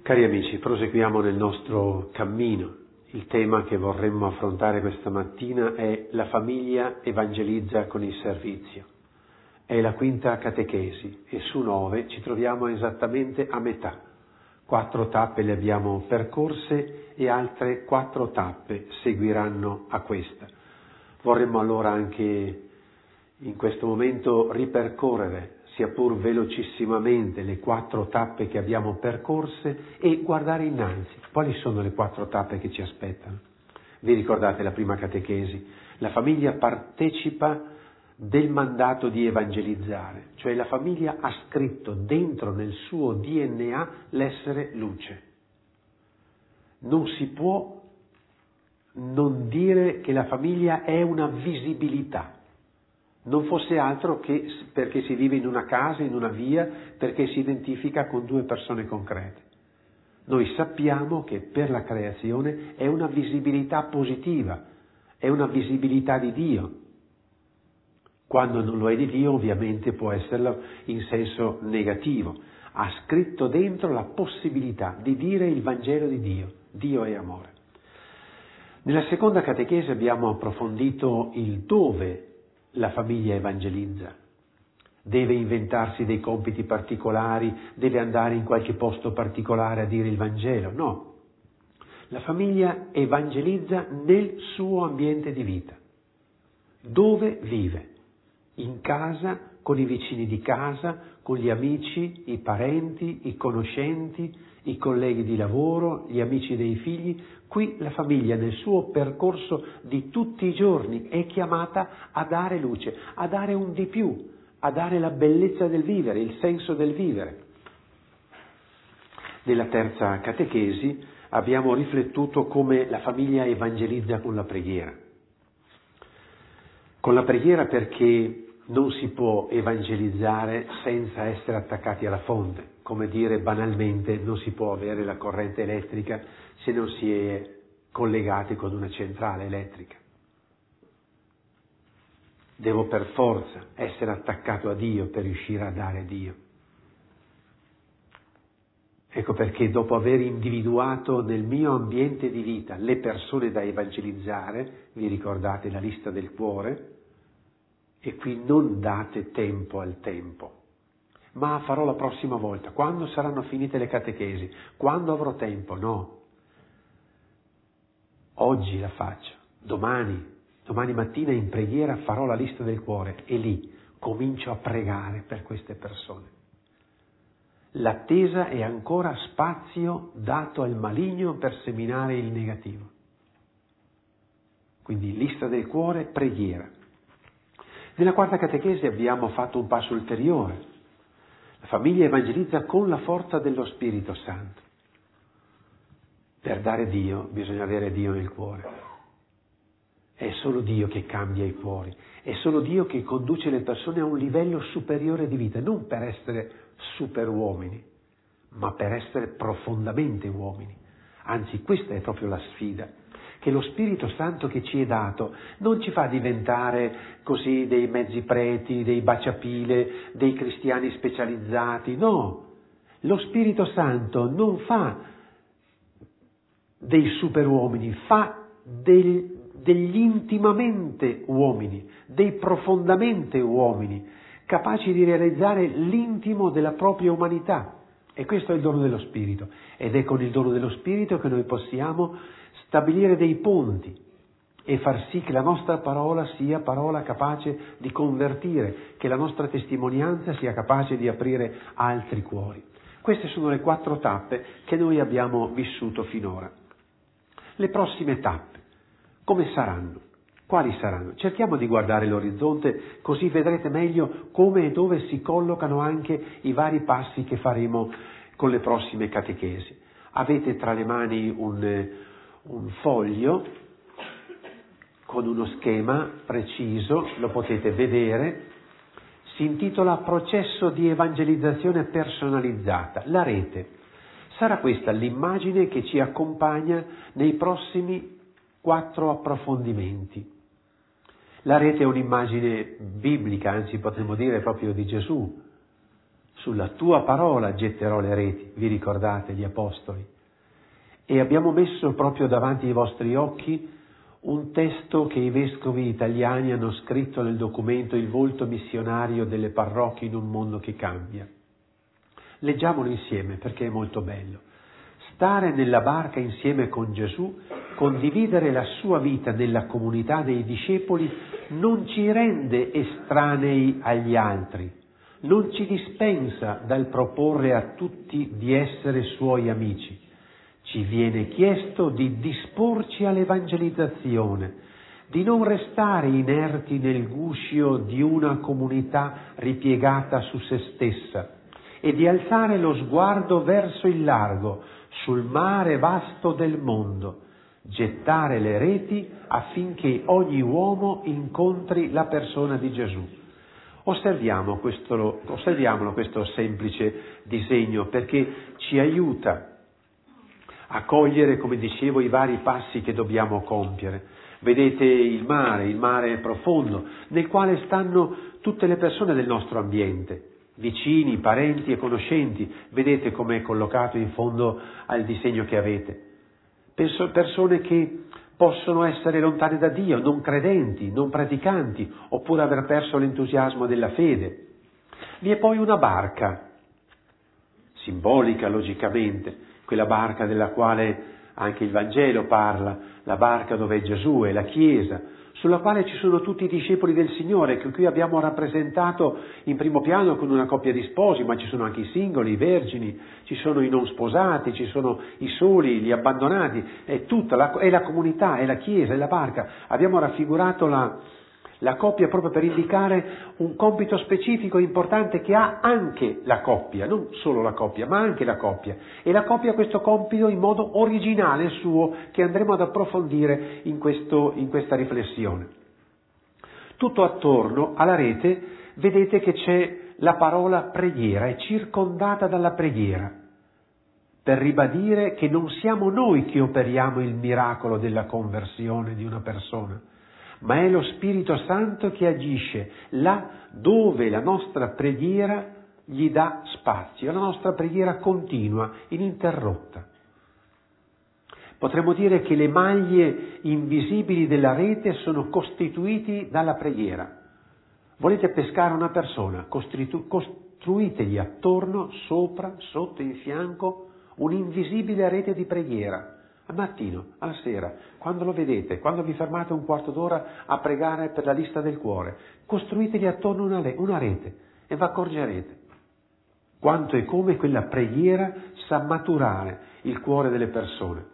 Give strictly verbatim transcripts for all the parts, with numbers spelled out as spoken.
Cari amici, proseguiamo nel nostro cammino. Il tema che vorremmo affrontare questa mattina è la famiglia evangelizza con il servizio. È la quinta catechesi e su nove ci troviamo esattamente a metà. Quattro tappe le abbiamo percorse e altre quattro tappe seguiranno a questa. Vorremmo allora anche in questo momento ripercorrere, sia pur velocissimamente, le quattro tappe che abbiamo percorse e guardare innanzi. Quali sono le quattro tappe che ci aspettano? Vi ricordate la prima catechesi? La famiglia partecipa del mandato di evangelizzare, cioè la famiglia ha scritto dentro nel suo D N A l'essere luce. Non si può non dire che la famiglia è una visibilità. Non fosse altro che perché si vive in una casa, in una via, perché si identifica con due persone concrete. Noi sappiamo che per la creazione è una visibilità positiva, è una visibilità di Dio. Quando non lo è di Dio, ovviamente può esserlo in senso negativo. Ha scritto dentro la possibilità di dire il Vangelo di Dio. Dio è amore. Nella seconda catechesi abbiamo approfondito il dove la famiglia evangelizza. Deve inventarsi dei compiti particolari, deve andare in qualche posto particolare a dire il Vangelo. No. La famiglia evangelizza nel suo ambiente di vita. Dove vive? In casa, con i vicini di casa, con gli amici, i parenti, i conoscenti, i colleghi di lavoro, gli amici dei figli. Qui la famiglia nel suo percorso di tutti i giorni è chiamata a dare luce, a dare un di più, a dare la bellezza del vivere, il senso del vivere. Nella terza catechesi abbiamo riflettuto come la famiglia evangelizza con la preghiera. Con la preghiera perché non si può evangelizzare senza essere attaccati alla fonte. Come dire banalmente, non si può avere la corrente elettrica se non si è collegati con una centrale elettrica. Devo per forza essere attaccato a Dio per riuscire a dare Dio. Ecco perché dopo aver individuato nel mio ambiente di vita le persone da evangelizzare, vi ricordate la lista del cuore, e qui non date tempo al tempo, ma farò la prossima volta, quando saranno finite le catechesi, quando avrò tempo, no. Oggi la faccio, domani, domani mattina in preghiera farò la lista del cuore e lì comincio a pregare per queste persone. L'attesa è ancora spazio dato al maligno per seminare il negativo. Quindi lista del cuore, preghiera. Nella quarta catechesi abbiamo fatto un passo ulteriore. La famiglia evangelizza con la forza dello Spirito Santo. Per dare Dio bisogna avere Dio nel cuore. È solo Dio che cambia i cuori, è solo Dio che conduce le persone a un livello superiore di vita, non per essere superuomini, ma per essere profondamente uomini. Anzi, questa è proprio la sfida, che lo Spirito Santo che ci è dato non ci fa diventare così dei mezzi preti, dei baciapile, dei cristiani specializzati, no. Lo Spirito Santo non fa dei superuomini, fa del, degli intimamente uomini, dei profondamente uomini, capaci di realizzare l'intimo della propria umanità. E questo è il dono dello Spirito. Ed è con il dono dello Spirito che noi possiamo stabilire dei ponti e far sì che la nostra parola sia parola capace di convertire, che la nostra testimonianza sia capace di aprire altri cuori. Queste sono le quattro tappe che noi abbiamo vissuto finora. Le prossime tappe, come saranno? Quali saranno? Cerchiamo di guardare l'orizzonte, così vedrete meglio come e dove si collocano anche i vari passi che faremo con le prossime catechesi. Avete tra le mani un, un foglio con uno schema preciso, lo potete vedere, si intitola Processo di evangelizzazione personalizzata, la rete. Sarà questa l'immagine che ci accompagna nei prossimi quattro approfondimenti. La rete è un'immagine biblica, anzi potremmo dire proprio di Gesù. sulla tua parola getterò le reti, vi ricordate gli apostoli? E abbiamo messo proprio davanti ai vostri occhi un testo che i vescovi italiani hanno scritto nel documento Il volto missionario delle parrocchie in un mondo che cambia. Leggiamolo insieme perché è molto bello. Stare nella barca insieme con Gesù, condividere la sua vita nella comunità dei discepoli non ci rende estranei agli altri, non ci dispensa dal proporre a tutti di essere suoi amici. Ci viene chiesto di disporci all'evangelizzazione, di non restare inerti nel guscio di una comunità ripiegata su se stessa e di alzare lo sguardo verso il largo, sul mare vasto del mondo, gettare le reti affinché ogni uomo incontri la persona di Gesù. Osserviamo questo, osserviamolo questo semplice disegno perché ci aiuta a cogliere, come dicevo, i vari passi che dobbiamo compiere. Vedete il mare, il mare profondo, nel quale stanno tutte le persone del nostro ambiente, vicini, parenti e conoscenti. Vedete com'è collocato in fondo al disegno che avete. Perso- persone che possono essere lontane da Dio, non credenti, non praticanti, oppure aver perso l'entusiasmo della fede. Vi è poi una barca, simbolica logicamente, quella barca della quale anche il Vangelo parla, la barca dove è Gesù e la Chiesa, sulla quale ci sono tutti i discepoli del Signore, che qui abbiamo rappresentato in primo piano con una coppia di sposi, ma ci sono anche i singoli, i vergini, ci sono i non sposati, ci sono i soli, gli abbandonati, è tutta la, è la comunità, è la Chiesa, è la barca. Abbiamo raffigurato la, la coppia proprio per indicare un compito specifico e importante che ha anche la coppia, non solo la coppia, ma anche la coppia. E la coppia ha questo compito in modo originale suo, che andremo ad approfondire in, questo, in questa riflessione. Tutto attorno alla rete vedete che c'è la parola preghiera, è circondata dalla preghiera, per ribadire che non siamo noi che operiamo il miracolo della conversione di una persona, ma è lo Spirito Santo che agisce là dove la nostra preghiera gli dà spazio, la nostra preghiera continua, ininterrotta. Potremmo dire che le maglie invisibili della rete sono costituiti dalla preghiera. Volete pescare una persona, costritu- costruitegli attorno, sopra, sotto, in fianco, un'invisibile rete di preghiera. Al mattino, alla sera, quando lo vedete, quando vi fermate un quarto d'ora a pregare per la lista del cuore, costruitegli attorno una, le- una rete e vi accorgerete quanto e come quella preghiera sa maturare il cuore delle persone.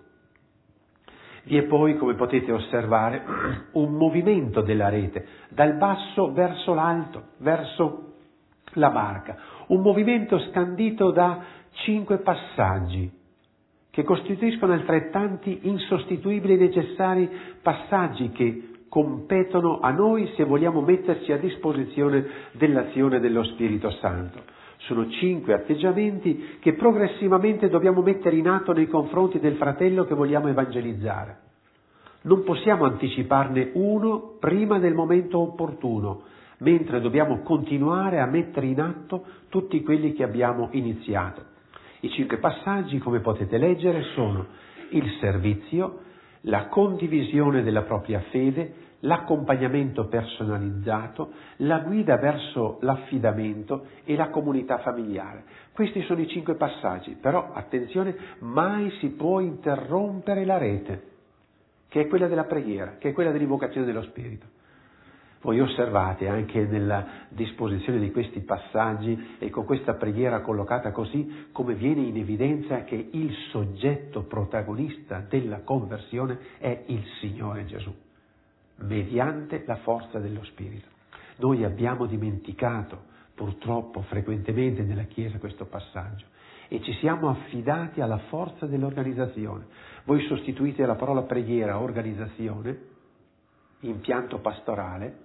Vi è poi, come potete osservare, un movimento della rete, dal basso verso l'alto, verso la barca, un movimento scandito da cinque passaggi, che costituiscono altrettanti insostituibili e necessari passaggi che competono a noi se vogliamo metterci a disposizione dell'azione dello Spirito Santo. Sono cinque atteggiamenti che progressivamente dobbiamo mettere in atto nei confronti del fratello che vogliamo evangelizzare. Non possiamo anticiparne uno prima del momento opportuno, mentre dobbiamo continuare a mettere in atto tutti quelli che abbiamo iniziato. I cinque passaggi, come potete leggere, sono il servizio, la condivisione della propria fede, l'accompagnamento personalizzato, la guida verso l'affidamento e la comunità familiare. Questi sono i cinque passaggi, però attenzione, mai si può interrompere la rete, che è quella della preghiera, che è quella dell'invocazione dello Spirito. Voi osservate anche nella disposizione di questi passaggi e con questa preghiera collocata così, come viene in evidenza che il soggetto protagonista della conversione è il Signore Gesù, mediante la forza dello Spirito. Noi abbiamo dimenticato, purtroppo, frequentemente nella Chiesa questo passaggio e ci siamo affidati alla forza dell'organizzazione. Voi sostituite la parola preghiera a organizzazione, impianto pastorale,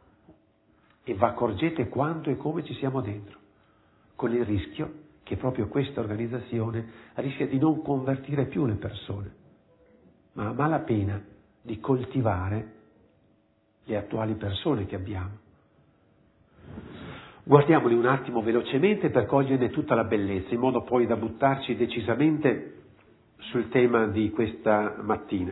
e vi accorgete quanto e come ci siamo dentro, con il rischio che proprio questa organizzazione rischia di non convertire più le persone, ma a malapena di coltivare le attuali persone che abbiamo. Guardiamoli un attimo velocemente per coglierne tutta la bellezza, in modo poi da buttarci decisamente sul tema di questa mattina.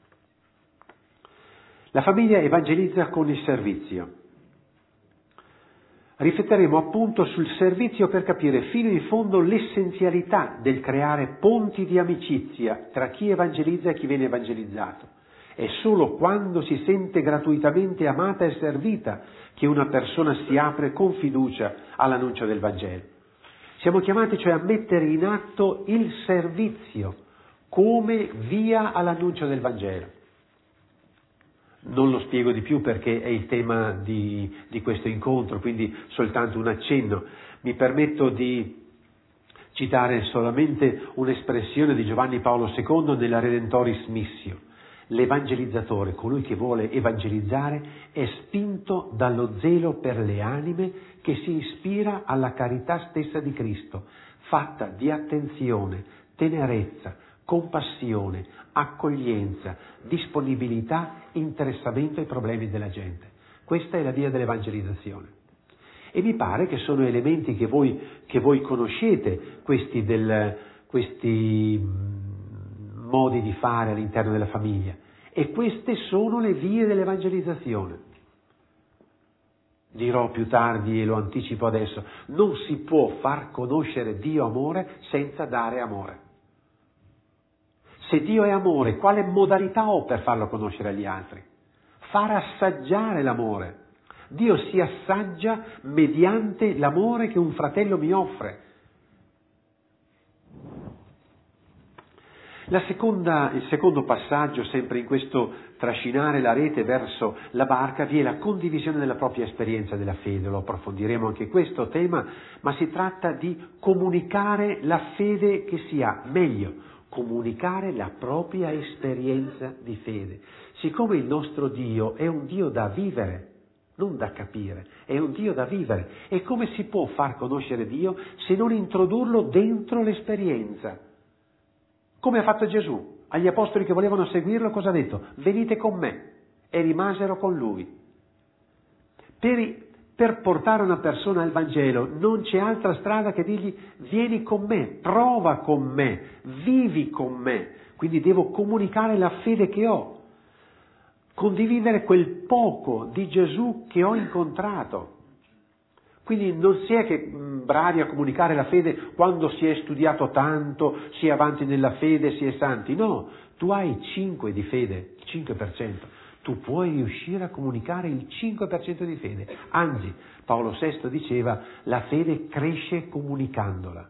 La famiglia evangelizza con il servizio. Rifletteremo appunto sul servizio per capire fino in fondo l'essenzialità del creare ponti di amicizia tra chi evangelizza e chi viene evangelizzato. È solo quando si sente gratuitamente amata e servita che una persona si apre con fiducia all'annuncio del Vangelo. Siamo chiamati cioè a mettere in atto il servizio come via all'annuncio del Vangelo. Non lo spiego di più perché è il tema di, di questo incontro, quindi soltanto un accenno. Mi permetto di citare solamente un'espressione di Giovanni Paolo secondo nella Redentoris Missio. L'evangelizzatore, colui che vuole evangelizzare, è spinto dallo zelo per le anime che si ispira alla carità stessa di Cristo, fatta di attenzione, tenerezza, compassione, accoglienza, disponibilità, interessamento ai problemi della gente. Questa è la via dell'evangelizzazione. E mi pare che sono elementi che voi, che voi conoscete, questi, del, questi modi di fare all'interno della famiglia. E queste sono le vie dell'evangelizzazione. Dirò più tardi e lo anticipo adesso, non si può far conoscere Dio amore senza dare amore. Se Dio è amore, quale modalità ho per farlo conoscere agli altri? Far assaggiare l'amore. Dio si assaggia mediante l'amore che un fratello mi offre. La seconda, il secondo passaggio, sempre in questo trascinare la rete verso la barca, vi è la condivisione della propria esperienza della fede. Lo approfondiremo anche questo tema, ma si tratta di comunicare la fede che si ha, meglio, comunicare la propria esperienza di fede. Siccome il nostro Dio è un Dio da vivere, non da capire, è un Dio da vivere. E come si può far conoscere Dio se non introdurlo dentro l'esperienza? Come ha fatto Gesù? Agli apostoli che volevano seguirlo cosa ha detto? Venite con me. E rimasero con lui. Per, per portare una persona al Vangelo non c'è altra strada che dirgli vieni con me, prova con me, vivi con me. Quindi devo comunicare la fede che ho, condividere quel poco di Gesù che ho incontrato. Quindi non si è che mh, bravi a comunicare la fede quando si è studiato tanto, si è avanti nella fede, si è santi. No, tu hai cinque di fede, il cinque per cento. Tu puoi riuscire a comunicare il cinque per cento di fede. Anzi, Paolo sesto diceva, la fede cresce comunicandola.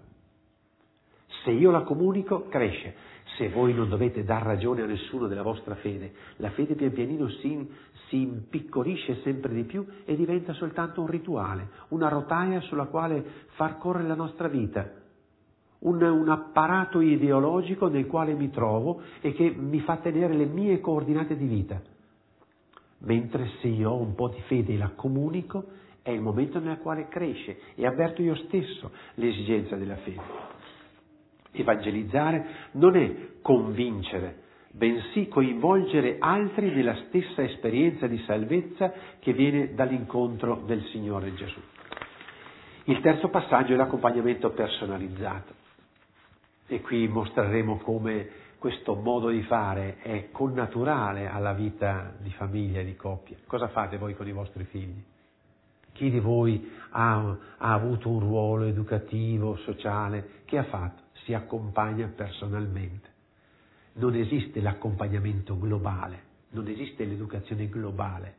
Se io la comunico, cresce. Se voi non dovete dar ragione a nessuno della vostra fede, la fede pian pianino si, si impiccolisce sempre di più e diventa soltanto un rituale, una rotaia sulla quale far correre la nostra vita, un, un apparato ideologico nel quale mi trovo e che mi fa tenere le mie coordinate di vita. Mentre se io ho un po' di fede e la comunico, è il momento nel quale cresce e avverto io stesso l'esigenza della fede. Evangelizzare non è convincere, bensì coinvolgere altri nella stessa esperienza di salvezza che viene dall'incontro del Signore Gesù. Il terzo passaggio è l'accompagnamento personalizzato. E qui mostreremo come questo modo di fare è connaturale alla vita di famiglia e di coppia. Cosa fate voi con i vostri figli? Chi di voi ha, ha avuto un ruolo educativo, sociale? Che ha fatto? Si accompagna personalmente. Non esiste l'accompagnamento globale, non esiste l'educazione globale.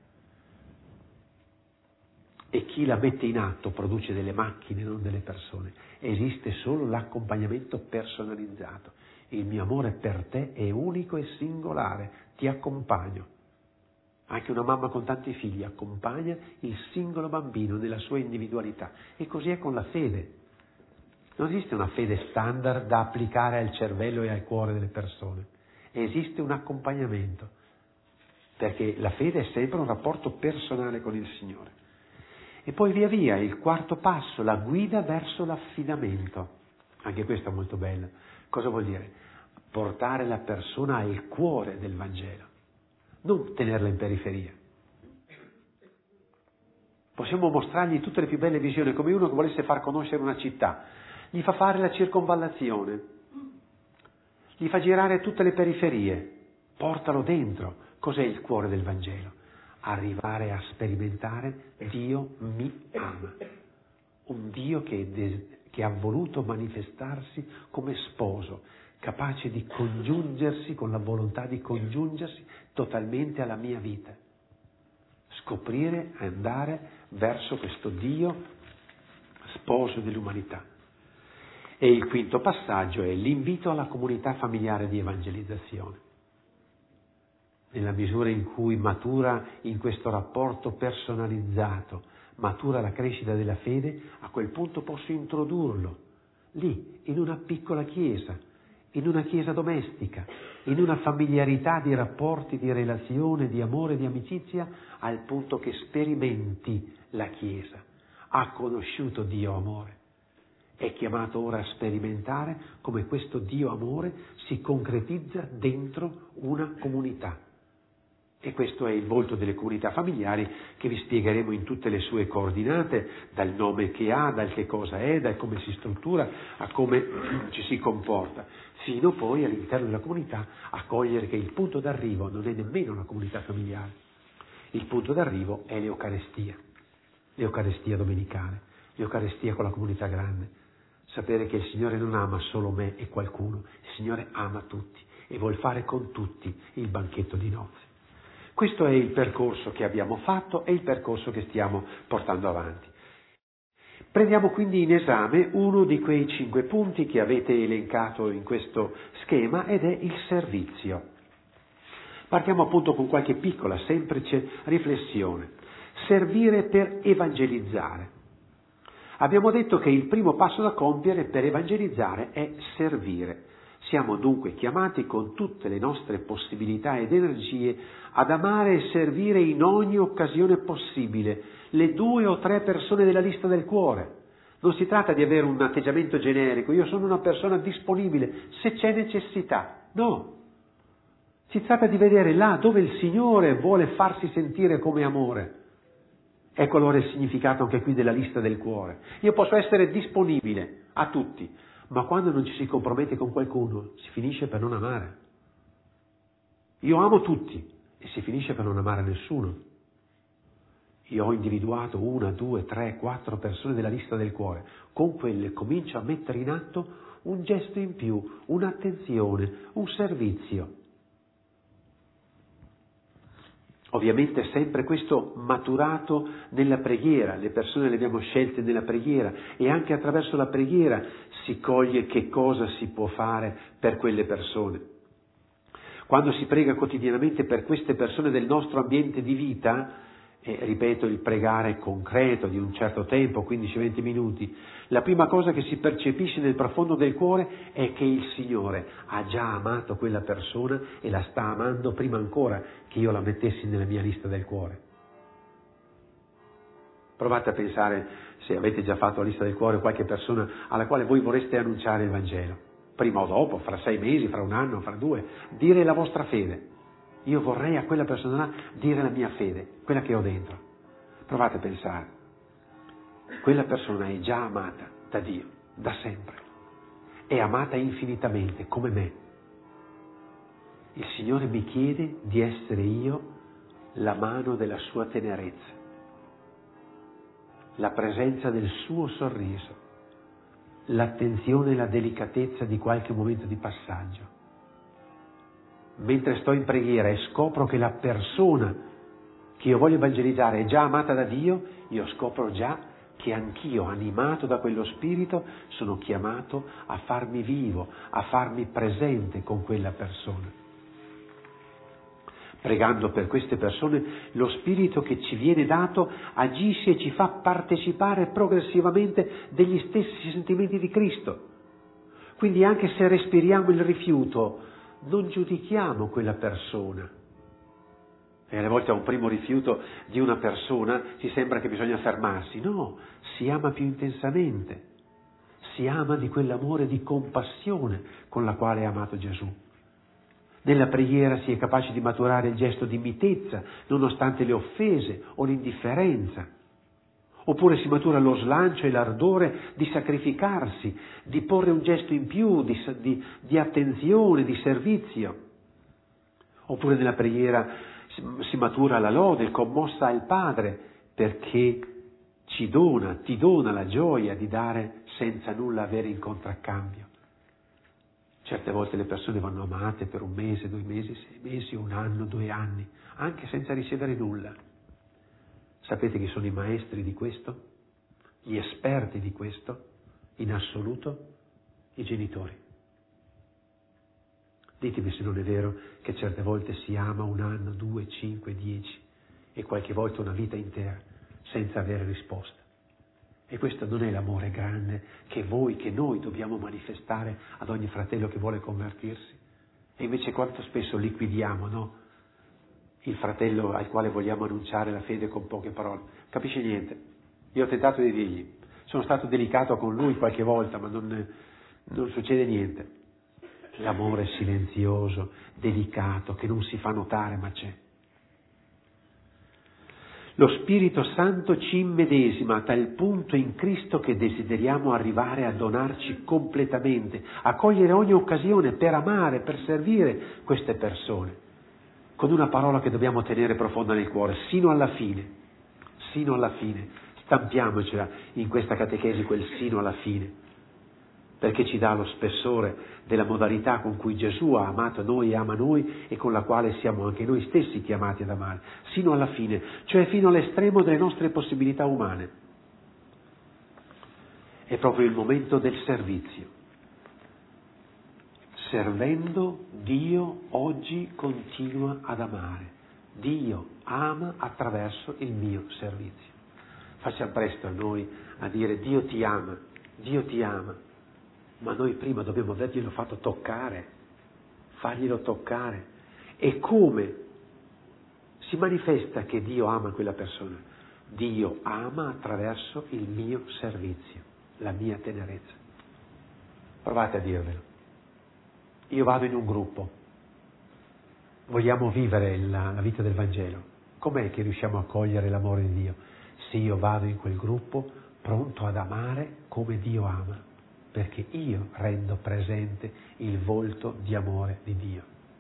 E chi la mette in atto produce delle macchine, non delle persone. Esiste solo l'accompagnamento personalizzato. Il mio amore per te è unico e singolare, ti accompagno. Anche una mamma con tanti figli accompagna il singolo bambino nella sua individualità. E così è con la fede. Non esiste una fede standard da applicare al cervello e al cuore delle persone. Esiste un accompagnamento, perché la fede è sempre un rapporto personale con il Signore. E poi via via il quarto passo, la guida verso l'affidamento. Anche questo è molto bello. Cosa vuol dire? Portare la persona al cuore del Vangelo, non tenerla in periferia. Possiamo mostrargli tutte le più belle visioni, come uno che volesse far conoscere una città. Gli fa fare la circonvallazione, gli fa girare tutte le periferie, portalo dentro. Cos'è il cuore del Vangelo? Arrivare a sperimentare Dio mi ama. Un Dio che, des- che ha voluto manifestarsi come sposo, capace di congiungersi con la volontà di congiungersi totalmente alla mia vita. Scoprire e andare verso questo Dio sposo dell'umanità. E il quinto passaggio è l'invito alla comunità familiare di evangelizzazione. Nella misura in cui matura in questo rapporto personalizzato, matura la crescita della fede, a quel punto posso introdurlo lì, in una piccola chiesa, in una chiesa domestica, in una familiarità di rapporti, di relazione, di amore, di amicizia, al punto che sperimenti la chiesa. Ha conosciuto Dio amore. È chiamato ora a sperimentare come questo Dio amore si concretizza dentro una comunità. E questo è il volto delle comunità familiari che vi spiegheremo in tutte le sue coordinate, dal nome che ha, dal che cosa è, da come si struttura, a come ci si comporta, fino poi all'interno della comunità a cogliere che il punto d'arrivo non è nemmeno la comunità familiare. Il punto d'arrivo è l'Eucarestia, l'Eucarestia domenicale, l'Eucarestia con la comunità grande. Sapere che il Signore non ama solo me e qualcuno, il Signore ama tutti e vuol fare con tutti il banchetto di nozze. Questo è il percorso che abbiamo fatto e il percorso che stiamo portando avanti. Prendiamo quindi in esame uno di quei cinque punti che avete elencato in questo schema ed è il servizio. Partiamo appunto con qualche piccola, semplice riflessione. Servire per evangelizzare. Abbiamo detto che il primo passo da compiere per evangelizzare è servire. Siamo dunque chiamati con tutte le nostre possibilità ed energie ad amare e servire in ogni occasione possibile le due o tre persone della lista del cuore. Non si tratta di avere un atteggiamento generico, io sono una persona disponibile se c'è necessità. No. Si tratta di vedere là dove il Signore vuole farsi sentire come amore. Ecco allora il significato anche qui della lista del cuore. Io posso essere disponibile a tutti, ma quando non ci si compromette con qualcuno si finisce per non amare. Io amo tutti e si finisce per non amare nessuno. Io ho individuato una, due, tre, quattro persone della lista del cuore. Con quelle comincio a mettere in atto un gesto in più, un'attenzione, un servizio. Ovviamente sempre questo maturato nella preghiera, le persone le abbiamo scelte nella preghiera e anche attraverso la preghiera si coglie che cosa si può fare per quelle persone. Quando si prega quotidianamente per queste persone del nostro ambiente di vita, e ripeto il pregare concreto di un certo tempo, quindici venti minuti, la prima cosa che si percepisce nel profondo del cuore è che il Signore ha già amato quella persona e la sta amando prima ancora che io la mettessi nella mia lista del cuore. Provate a pensare, se avete già fatto la lista del cuore, qualche persona alla quale voi vorreste annunciare il Vangelo, prima o dopo, fra sei mesi, fra un anno, fra due, dire la vostra fede. Io vorrei a quella persona là dire la mia fede, quella che ho dentro. Provate a pensare. Quella persona è già amata da Dio, da sempre. È amata infinitamente, come me. Il Signore mi chiede di essere io la mano della sua tenerezza, la presenza del suo sorriso, l'attenzione e la delicatezza di qualche momento di passaggio. Mentre sto in preghiera e scopro che la persona che io voglio evangelizzare è già amata da Dio, io scopro già che anch'io, animato da quello Spirito, sono chiamato a farmi vivo, a farmi presente con quella persona. Pregando per queste persone, lo Spirito che ci viene dato agisce e ci fa partecipare progressivamente degli stessi sentimenti di Cristo. Quindi anche se respiriamo il rifiuto, non giudichiamo quella persona. E alle volte a un primo rifiuto di una persona ci sembra che bisogna fermarsi. No, si ama più intensamente. Si ama di quell'amore di compassione con la quale è amato Gesù. Nella preghiera si è capaci di maturare il gesto di mitezza, nonostante le offese o l'indifferenza. Oppure si matura lo slancio e l'ardore di sacrificarsi, di porre un gesto in più, di, di, di attenzione, di servizio. Oppure nella preghiera si matura la lode commossa al Padre, perché ci dona, ti dona la gioia di dare senza nulla avere in contraccambio. Certe volte le persone vanno amate per un mese, due mesi, sei mesi, un anno, due anni, anche senza ricevere nulla. Sapete chi sono i maestri di questo? Gli esperti di questo? In assoluto? I genitori. Ditemi se non è vero che certe volte si ama un anno, due, cinque, dieci e qualche volta una vita intera senza avere risposta. E questo non è l'amore grande che voi, che noi dobbiamo manifestare ad ogni fratello che vuole convertirsi. E invece quanto spesso liquidiamo, no? Il fratello al quale vogliamo annunciare la fede con poche parole. Capisce niente. Io ho tentato di dirgli, sono stato delicato con lui qualche volta, ma non, non succede niente. L'amore silenzioso, delicato, che non si fa notare, ma c'è. Lo Spirito Santo ci immedesima a tal punto in Cristo che desideriamo arrivare a donarci completamente, a cogliere ogni occasione per amare, per servire queste persone, con una parola che dobbiamo tenere profonda nel cuore, sino alla fine, sino alla fine. Stampiamocela in questa catechesi quel sino alla fine, perché ci dà lo spessore della modalità con cui Gesù ha amato noi e ama noi e con la quale siamo anche noi stessi chiamati ad amare, sino alla fine, cioè fino all'estremo delle nostre possibilità umane. È proprio il momento del servizio. Servendo, Dio oggi continua ad amare. Dio ama attraverso il mio servizio. Facciamo presto a noi a dire Dio ti ama, Dio ti ama. Ma noi prima dobbiamo averglielo fatto toccare, farglielo toccare. E come si manifesta che Dio ama quella persona? Dio ama attraverso il mio servizio, la mia tenerezza. Provate a dirvelo. Io vado in un gruppo, vogliamo vivere la, la vita del Vangelo. Com'è che riusciamo a cogliere l'amore di Dio? Se io vado in quel gruppo pronto ad amare come Dio ama, perché io rendo presente il volto di amore di Dio.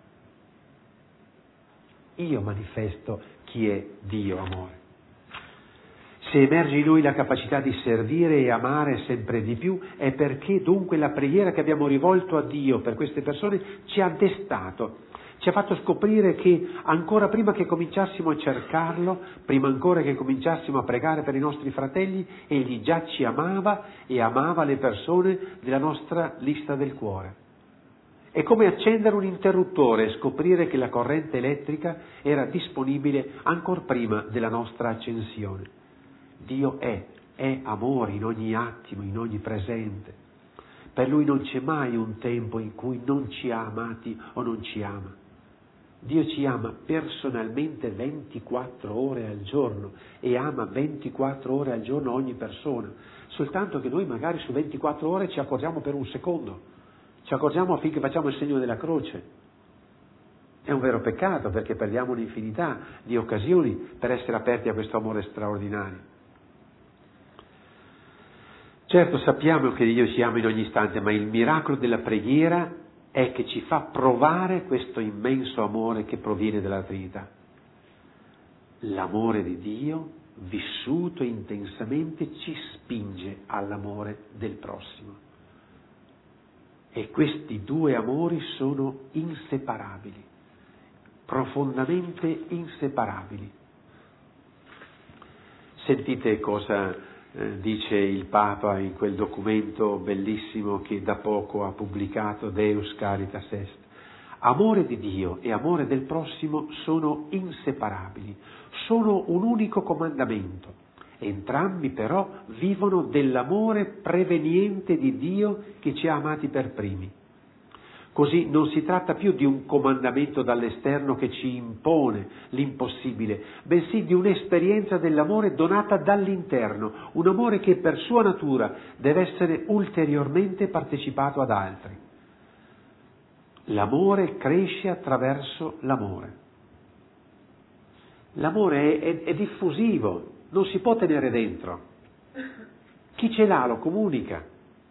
Io manifesto chi è Dio amore. Se emerge in noi la capacità di servire e amare sempre di più, è perché dunque la preghiera che abbiamo rivolto a Dio per queste persone ci ha destato, ci ha fatto scoprire che ancora prima che cominciassimo a cercarlo, prima ancora che cominciassimo a pregare per i nostri fratelli, Egli già ci amava e amava le persone della nostra lista del cuore. È come accendere un interruttore e scoprire che la corrente elettrica era disponibile ancora prima della nostra accensione. Dio è, è amore in ogni attimo, in ogni presente. Per Lui non c'è mai un tempo in cui non ci ha amati o non ci ama. Dio ci ama personalmente ventiquattro ore al giorno e ama ventiquattro ore al giorno ogni persona, soltanto che noi magari su ventiquattro ore ci accorgiamo per un secondo, ci accorgiamo affinché facciamo il segno della croce. È un vero peccato perché perdiamo un'infinità di occasioni per essere aperti a questo amore straordinario. Certo sappiamo che Dio ci ama in ogni istante, ma il miracolo della preghiera è che ci fa provare questo immenso amore che proviene dalla Trinità. L'amore di Dio, vissuto intensamente, ci spinge all'amore del prossimo. E questi due amori sono inseparabili, profondamente inseparabili. Sentite cosa eh, dice il Papa in quel documento bellissimo che da poco ha pubblicato, Deus Caritas Est. Amore di Dio e amore del prossimo sono inseparabili, sono un unico comandamento. Entrambi però vivono dell'amore preveniente di Dio che ci ha amati per primi. Così non si tratta più di un comandamento dall'esterno che ci impone l'impossibile, bensì di un'esperienza dell'amore donata dall'interno, un amore che per sua natura deve essere ulteriormente partecipato ad altri. L'amore cresce attraverso l'amore. L'amore è, è, è diffusivo, non si può tenere dentro. Chi ce l'ha lo comunica.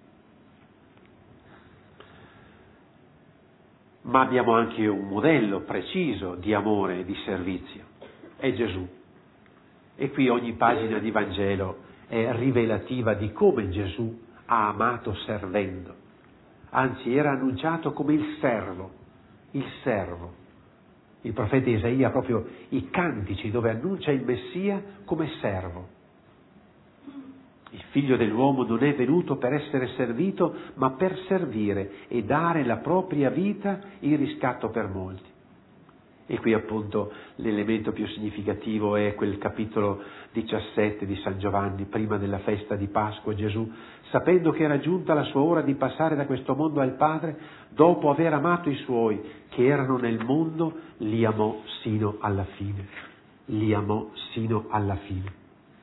Ma abbiamo anche un modello preciso di amore e di servizio, è Gesù. E qui ogni pagina di Vangelo è rivelativa di come Gesù ha amato servendo. Anzi, era annunciato come il servo, il servo. Il profeta Isaia ha proprio i cantici dove annuncia il Messia come servo. Il figlio dell'uomo non è venuto per essere servito, ma per servire e dare la propria vita in riscatto per molti. E qui appunto l'elemento più significativo è quel capitolo diciassette di San Giovanni, prima della festa di Pasqua. Gesù, sapendo che era giunta la sua ora di passare da questo mondo al Padre, dopo aver amato i suoi che erano nel mondo, li amò sino alla fine. Li amò sino alla fine.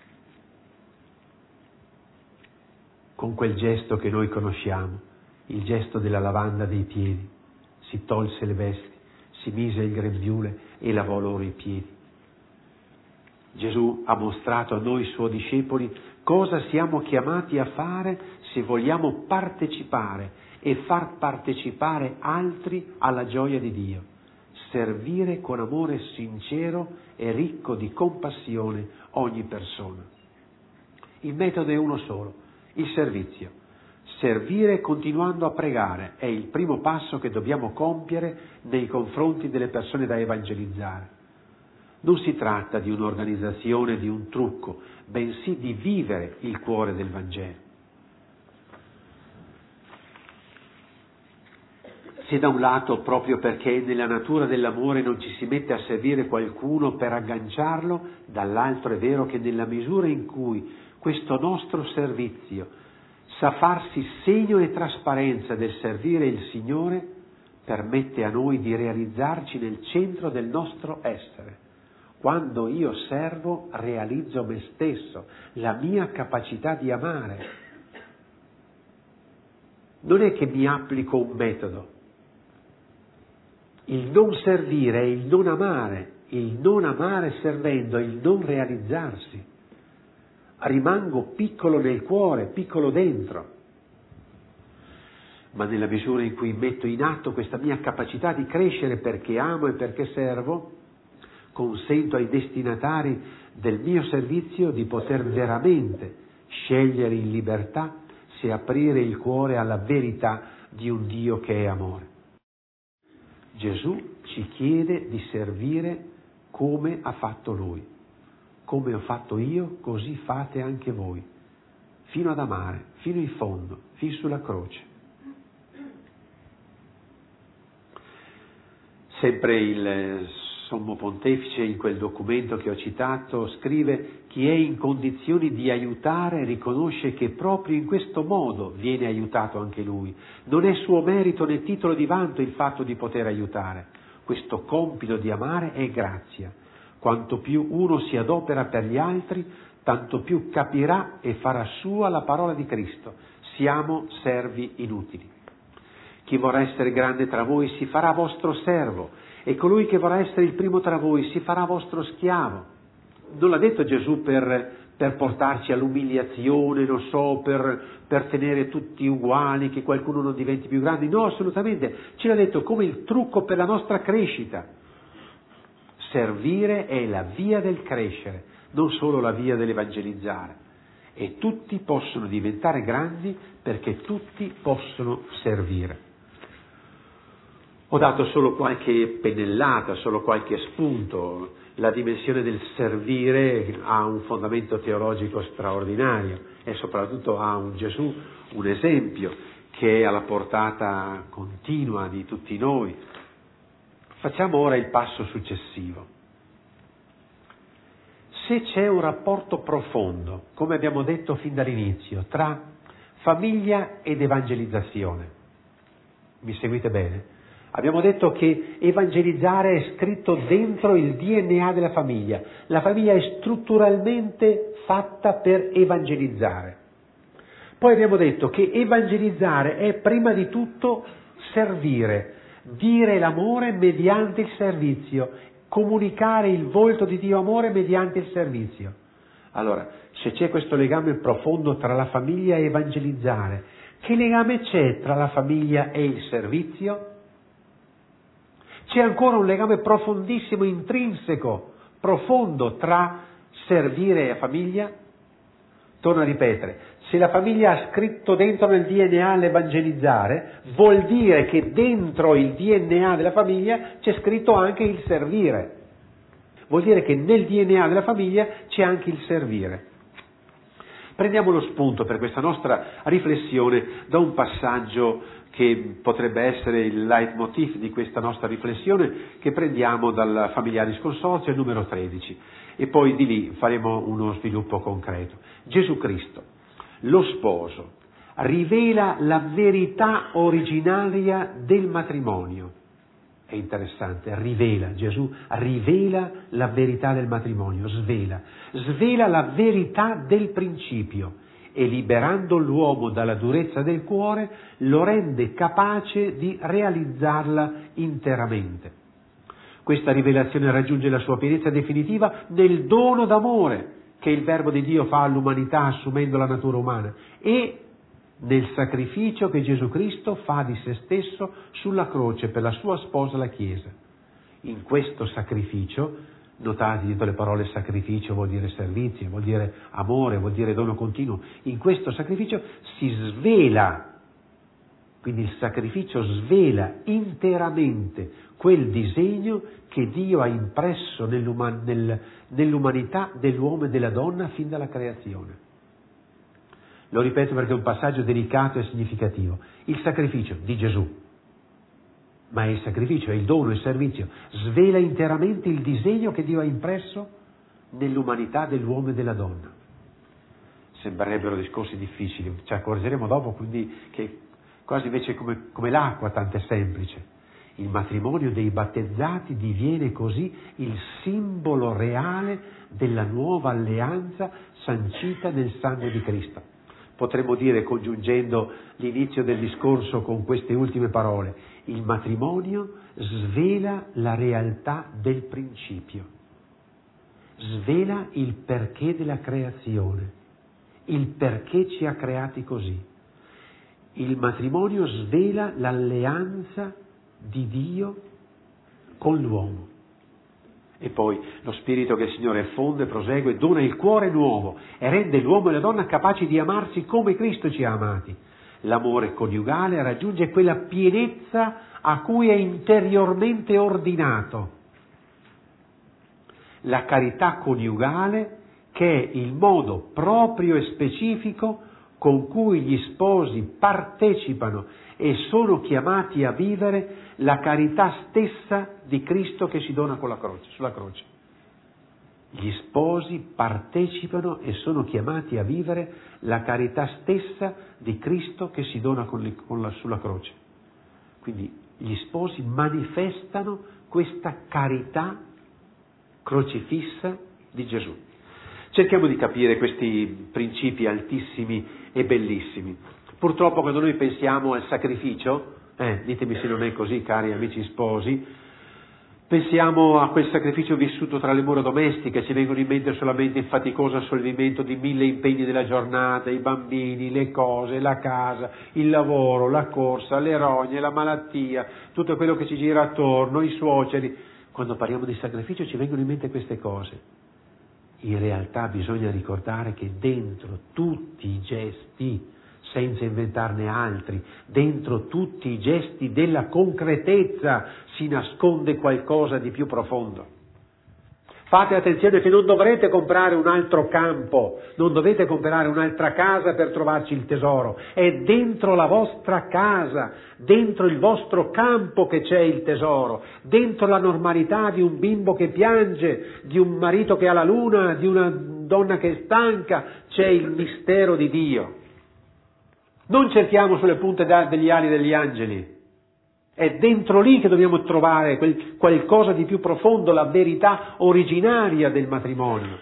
Con quel gesto che noi conosciamo, il gesto della lavanda dei piedi, si tolse le vesti, si mise il grembiule e lavò loro i piedi. Gesù ha mostrato a noi suoi discepoli cosa siamo chiamati a fare se vogliamo partecipare e far partecipare altri alla gioia di Dio, servire con amore sincero e ricco di compassione ogni persona. Il metodo è uno solo, il servizio. Servire continuando a pregare è il primo passo che dobbiamo compiere nei confronti delle persone da evangelizzare. Non si tratta di un'organizzazione, di un trucco, bensì di vivere il cuore del Vangelo. Se da un lato, proprio perché nella natura dell'amore non ci si mette a servire qualcuno per agganciarlo, dall'altro è vero che nella misura in cui questo nostro servizio sa farsi segno e trasparenza del servire il Signore, permette a noi di realizzarci nel centro del nostro essere. Quando io servo, realizzo me stesso, la mia capacità di amare. Non è che mi applico un metodo. Il non servire è il non amare, il non amare servendo è il non realizzarsi. Rimango piccolo nel cuore, piccolo dentro. Ma nella misura in cui metto in atto questa mia capacità di crescere perché amo e perché servo, consento ai destinatari del mio servizio di poter veramente scegliere in libertà se aprire il cuore alla verità di un Dio che è amore. Gesù ci chiede di servire come ha fatto Lui. Come ho fatto io, così fate anche voi, fino ad amare, fino in fondo, fino sulla croce. Sempre il Sommo Pontefice, in quel documento che ho citato, scrive: chi è in condizioni di aiutare riconosce che proprio in questo modo viene aiutato anche lui. Non è suo merito né titolo di vanto il fatto di poter aiutare. Questo compito di amare è grazia. Quanto più uno si adopera per gli altri, tanto più capirà e farà sua la parola di Cristo. Siamo servi inutili. Chi vorrà essere grande tra voi si farà vostro servo, e colui che vorrà essere il primo tra voi si farà vostro schiavo. Non l'ha detto Gesù per, per portarci all'umiliazione, non so, per, per tenere tutti uguali, che qualcuno non diventi più grande. No, assolutamente. Ce l'ha detto come il trucco per la nostra crescita. Servire è la via del crescere, non solo la via dell'evangelizzare. E tutti possono diventare grandi perché tutti possono servire. Ho dato solo qualche pennellata, solo qualche spunto. La dimensione del servire ha un fondamento teologico straordinario e soprattutto ha un Gesù, un esempio che è alla portata continua di tutti noi. Facciamo ora il passo successivo. Se c'è un rapporto profondo, come abbiamo detto fin dall'inizio, tra famiglia ed evangelizzazione, mi seguite bene? Abbiamo detto che evangelizzare è scritto dentro il D N A della famiglia. La famiglia è strutturalmente fatta per evangelizzare. Poi abbiamo detto che evangelizzare è prima di tutto servire, dire l'amore mediante il servizio, comunicare il volto di Dio amore mediante il servizio. Allora, se c'è questo legame profondo tra la famiglia e evangelizzare, che legame c'è tra la famiglia e il servizio? C'è ancora un legame profondissimo, intrinseco, profondo tra servire e famiglia? Torno a ripetere, se la famiglia ha scritto dentro nel D N A l'evangelizzare, vuol dire che dentro il D N A della famiglia c'è scritto anche il servire. Vuol dire che nel D N A della famiglia c'è anche il servire. Prendiamo lo spunto per questa nostra riflessione da un passaggio che potrebbe essere il leitmotiv di questa nostra riflessione, che prendiamo dal Familiaris Consortio, numero tredici, e poi di lì faremo uno sviluppo concreto. Gesù Cristo, lo sposo, rivela la verità originaria del matrimonio. È interessante, rivela, Gesù rivela la verità del matrimonio, svela, svela la verità del principio e liberando l'uomo dalla durezza del cuore lo rende capace di realizzarla interamente. Questa rivelazione raggiunge la sua pienezza definitiva nel dono d'amore che il Verbo di Dio fa all'umanità assumendo la natura umana e nel sacrificio che Gesù Cristo fa di se stesso sulla croce per la sua sposa la Chiesa. In questo sacrificio, notate dietro le parole sacrificio vuol dire servizio, vuol dire amore, vuol dire dono continuo, in questo sacrificio si svela, quindi il sacrificio svela interamente quel disegno che Dio ha impresso nell'uman- nel, nell'umanità dell'uomo e della donna fin dalla creazione. Lo ripeto perché è un passaggio delicato e significativo. Il sacrificio di Gesù, ma è il sacrificio, è il dono, il servizio, svela interamente il disegno che Dio ha impresso nell'umanità dell'uomo e della donna. Sembrerebbero discorsi difficili, ci accorgeremo dopo quindi che quasi invece come, come l'acqua, tanto è semplice. Il matrimonio dei battezzati diviene così il simbolo reale della nuova alleanza sancita nel sangue di Cristo. Potremmo dire, congiungendo l'inizio del discorso con queste ultime parole, il matrimonio svela la realtà del principio, svela il perché della creazione, il perché ci ha creati così. Il matrimonio svela l'alleanza di Dio con l'uomo. E poi lo Spirito che il Signore fonde, prosegue, dona il cuore nuovo e rende l'uomo e la donna capaci di amarsi come Cristo ci ha amati. L'amore coniugale raggiunge quella pienezza a cui è interiormente ordinato. La carità coniugale, che è il modo proprio e specifico con cui gli sposi partecipano e sono chiamati a vivere la carità stessa di Cristo che si dona con la croce, sulla croce. Gli sposi partecipano e sono chiamati a vivere la carità stessa di Cristo che si dona con le, con la, sulla croce. Quindi gli sposi manifestano questa carità crocifissa di Gesù. Cerchiamo di capire questi principi altissimi e bellissimi. Purtroppo quando noi pensiamo al sacrificio, eh, ditemi se non è così, cari amici sposi, pensiamo a quel sacrificio vissuto tra le mura domestiche, ci vengono in mente solamente il faticoso assolvimento di mille impegni della giornata, i bambini, le cose, la casa, il lavoro, la corsa, le rogne, la malattia, tutto quello che ci gira attorno, i suoceri. Quando parliamo di sacrificio ci vengono in mente queste cose. In realtà bisogna ricordare che dentro tutti i gesti, senza inventarne altri, dentro tutti i gesti della concretezza si nasconde qualcosa di più profondo. Fate attenzione che non dovrete comprare un altro campo, non dovete comprare un'altra casa per trovarci il tesoro. È dentro la vostra casa, dentro il vostro campo che c'è il tesoro, dentro la normalità di un bimbo che piange, di un marito che ha la luna, di una donna che è stanca, c'è il mistero di Dio. Non cerchiamo sulle punte degli ali degli angeli. È dentro lì che dobbiamo trovare quel qualcosa di più profondo, la verità originaria del matrimonio.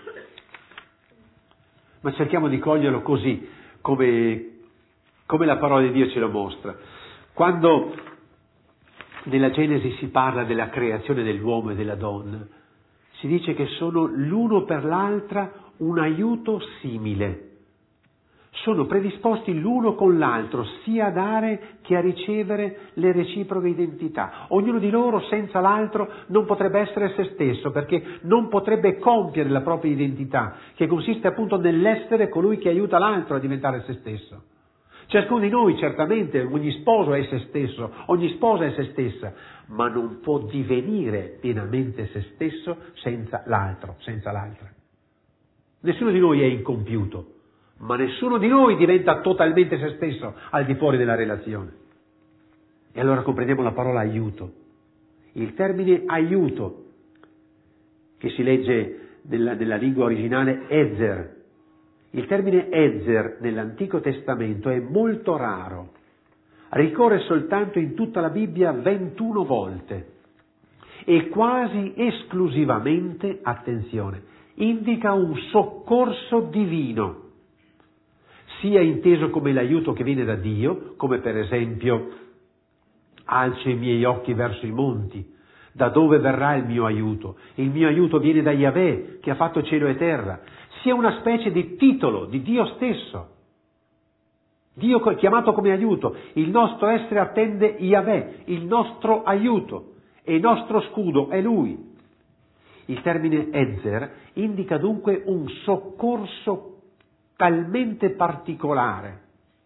Ma cerchiamo di coglierlo così, come, come la parola di Dio ce lo mostra. Quando nella Genesi si parla della creazione dell'uomo e della donna, si dice che sono l'uno per l'altra un aiuto simile. Sono predisposti l'uno con l'altro, sia a dare che a ricevere le reciproche identità. Ognuno di loro senza l'altro non potrebbe essere se stesso, perché non potrebbe compiere la propria identità, che consiste appunto nell'essere colui che aiuta l'altro a diventare se stesso. Ciascuno di noi, certamente, ogni sposo è se stesso, ogni sposa è se stessa, ma non può divenire pienamente se stesso senza l'altro, senza l'altra. Nessuno di noi è incompiuto, ma nessuno di noi diventa totalmente se stesso al di fuori della relazione. E allora comprendiamo la parola aiuto. Il termine aiuto, che si legge nella, nella lingua originale Ezer. Il termine Ezer nell'Antico Testamento è molto raro. Ricorre soltanto in tutta la Bibbia ventuno volte e quasi esclusivamente, attenzione, indica un soccorso divino, sia inteso come l'aiuto che viene da Dio, come per esempio alzo i miei occhi verso i monti, da dove verrà il mio aiuto? Il mio aiuto viene da Yahweh, che ha fatto cielo e terra, sia una specie di titolo di Dio stesso. Dio chiamato come aiuto, il nostro essere attende Yahweh, il nostro aiuto, e il nostro scudo è Lui. Il termine Ezer indica dunque un soccorso talmente particolare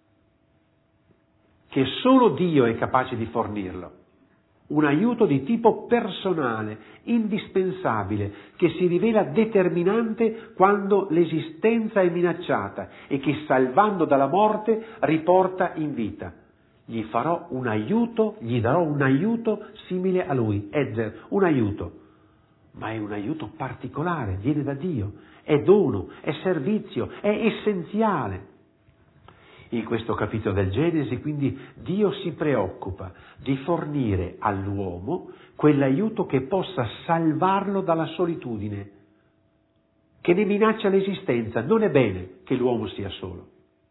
che solo Dio è capace di fornirlo. Un aiuto di tipo personale, indispensabile, che si rivela determinante quando l'esistenza è minacciata e che, salvando dalla morte, riporta in vita. Gli farò un aiuto, gli darò un aiuto simile a lui, Ezer, un aiuto. Ma è un aiuto particolare, viene da Dio, è dono, è servizio, è essenziale. In questo capitolo del Genesi, quindi, Dio si preoccupa di fornire all'uomo quell'aiuto che possa salvarlo dalla solitudine, che ne minaccia l'esistenza. Non è bene che l'uomo sia solo.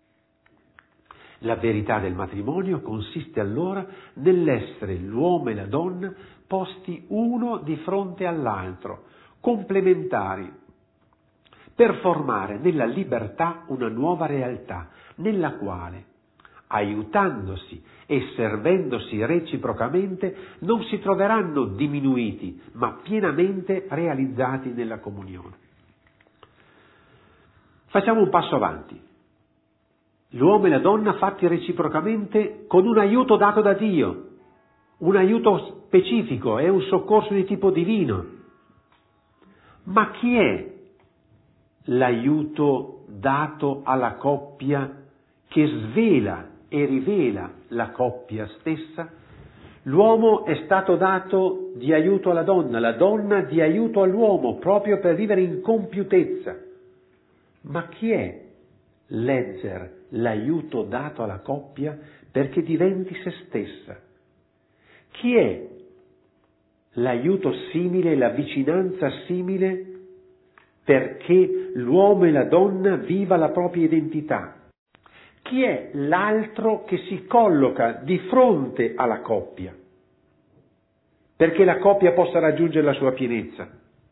La verità del matrimonio consiste allora nell'essere l'uomo e la donna posti uno di fronte all'altro, complementari, per formare nella libertà una nuova realtà, nella quale, aiutandosi e servendosi reciprocamente, non si troveranno diminuiti, ma pienamente realizzati nella comunione. Facciamo un passo avanti. L'uomo e la donna fatti reciprocamente con un aiuto dato da Dio, un aiuto specifico, è un soccorso di tipo divino. Ma chi è l'aiuto dato alla coppia che svela e rivela la coppia stessa? L'uomo è stato dato di aiuto alla donna, la donna di aiuto all'uomo, proprio per vivere in compiutezza. Ma chi è l'Ezer, l'aiuto dato alla coppia perché diventi se stessa? Chi è l'aiuto simile, la vicinanza simile perché l'uomo e la donna viva la propria identità? Chi è l'altro che si colloca di fronte alla coppia perché la coppia possa raggiungere la sua pienezza?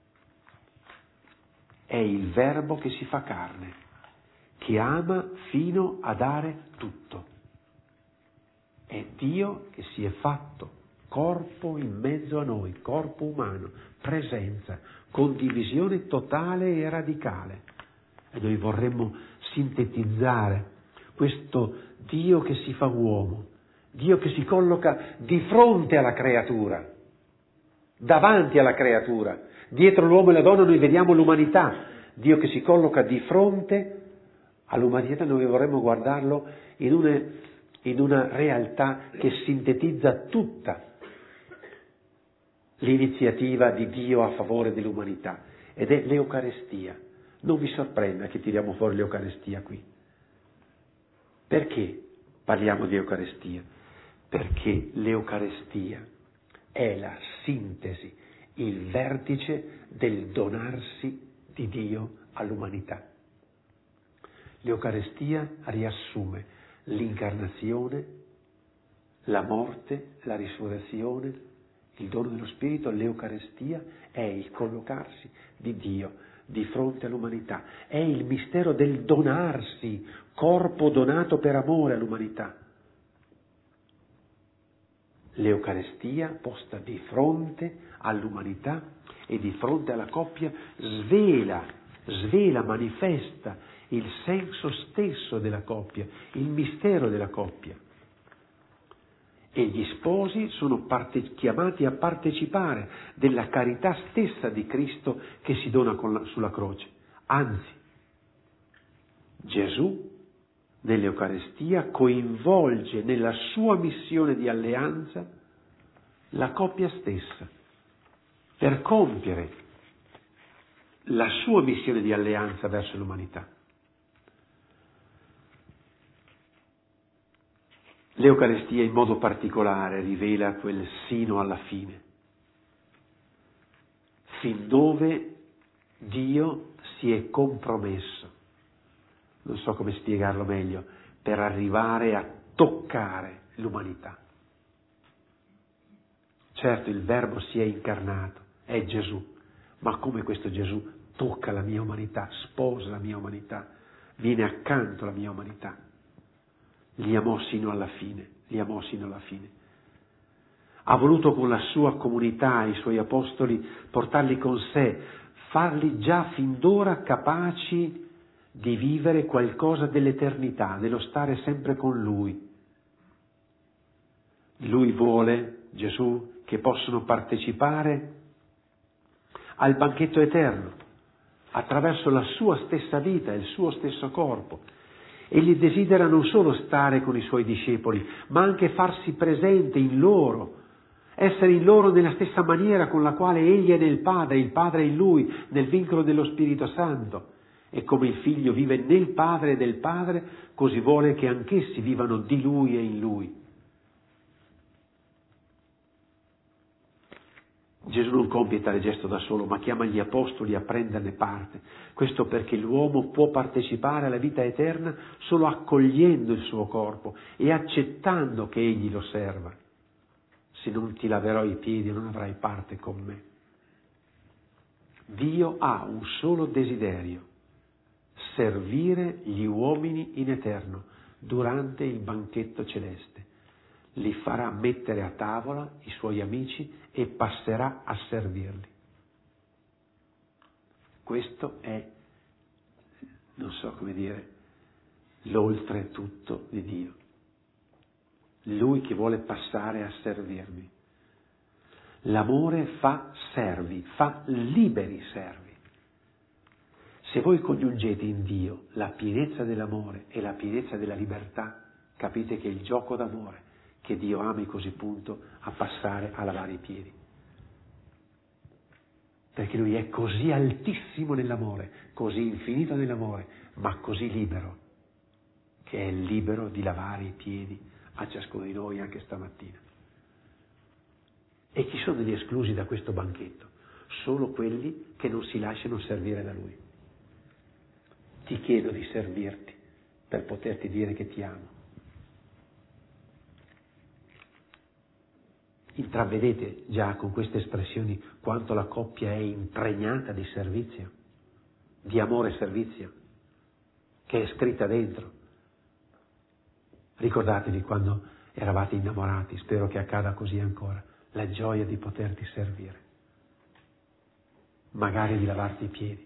È il Verbo che si fa carne, che ama fino a dare tutto. È Dio che si è fatto corpo in mezzo a noi, corpo umano, presenza, condivisione totale e radicale. E noi vorremmo sintetizzare questo Dio che si fa uomo, Dio che si colloca di fronte alla creatura, davanti alla creatura. Dietro l'uomo e la donna noi vediamo l'umanità, Dio che si colloca di fronte all'umanità. Noi vorremmo guardarlo in una, in una realtà che sintetizza tutta l'iniziativa di Dio a favore dell'umanità, ed è l'Eucarestia. Non vi sorprenda che tiriamo fuori l'Eucarestia qui. Perché parliamo di Eucarestia? Perché l'Eucarestia è la sintesi, il vertice del donarsi di Dio all'umanità. L'Eucarestia riassume l'incarnazione, la morte, la risurrezione, il dono dello Spirito. L'Eucarestia è il collocarsi di Dio di fronte all'umanità. È il mistero del donarsi, corpo donato per amore all'umanità. L'Eucarestia posta di fronte all'umanità e di fronte alla coppia svela, svela, manifesta il senso stesso della coppia, il mistero della coppia. E gli sposi sono parte- chiamati a partecipare della carità stessa di Cristo che si dona con la, sulla croce. Anzi, Gesù nell'Eucarestia coinvolge nella sua missione di alleanza la coppia stessa per compiere la sua missione di alleanza verso l'umanità. L'Eucarestia in modo particolare rivela quel sino alla fine, fin dove Dio si è compromesso, non so come spiegarlo meglio, per arrivare a toccare l'umanità. Certo, il Verbo si è incarnato, è Gesù, ma come questo Gesù tocca la mia umanità, sposa la mia umanità, viene accanto alla mia umanità. Li amò sino alla fine, li amò sino alla fine. Ha voluto con la sua comunità, i suoi apostoli, portarli con sé, farli già fin d'ora capaci di vivere qualcosa dell'eternità, dello stare sempre con Lui. Lui vuole, Gesù, che possano partecipare al banchetto eterno, attraverso la sua stessa vita, il suo stesso corpo. Egli desidera non solo stare con i suoi discepoli, ma anche farsi presente in loro, essere in loro nella stessa maniera con la quale Egli è nel Padre, il Padre è in Lui, nel vincolo dello Spirito Santo. E come il Figlio vive nel Padre e del Padre, così vuole che anch'essi vivano di Lui e in Lui. Gesù non compie tale gesto da solo, ma chiama gli apostoli a prenderne parte. Questo perché l'uomo può partecipare alla vita eterna solo accogliendo il suo corpo e accettando che egli lo serva. Se non ti laverò i piedi non avrai parte con me. Dio ha un solo desiderio: servire gli uomini in eterno durante il banchetto celeste. Li farà mettere a tavola i suoi amici e passerà a servirli. Questo è, non so come dire, l'oltretutto di Dio. Lui che vuole passare a servirmi. L'amore fa servi, fa liberi servi. Se voi coniugete in Dio la pienezza dell'amore e la pienezza della libertà, capite che il gioco d'amore che Dio ami così punto a passare a lavare i piedi. Perché Lui è così altissimo nell'amore, così infinito nell'amore, ma così libero, che è libero di lavare i piedi a ciascuno di noi anche stamattina. E chi sono gli esclusi da questo banchetto? Solo quelli che non si lasciano servire da Lui. Ti chiedo di servirti per poterti dire che ti amo. Intravedete già con queste espressioni quanto la coppia è impregnata di servizio, di amore e servizio, che è scritta dentro. Ricordatevi quando eravate innamorati, spero che accada così ancora, la gioia di poterti servire, magari di lavarti i piedi.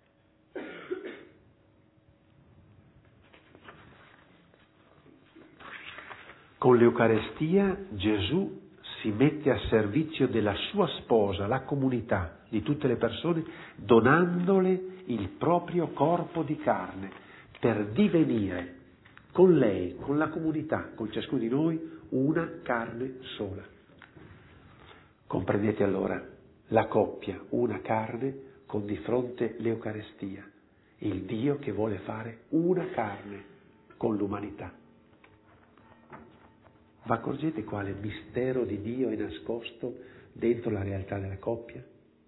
Con l'Eucarestia Gesù si mette a servizio della sua sposa, la comunità di tutte le persone, donandole il proprio corpo di carne per divenire con lei, con la comunità, con ciascuno di noi, una carne sola. Comprendete allora la coppia, una carne, con di fronte l'Eucarestia, il Dio che vuole fare una carne con l'umanità. Ma accorgete quale mistero di Dio è nascosto dentro la realtà della coppia?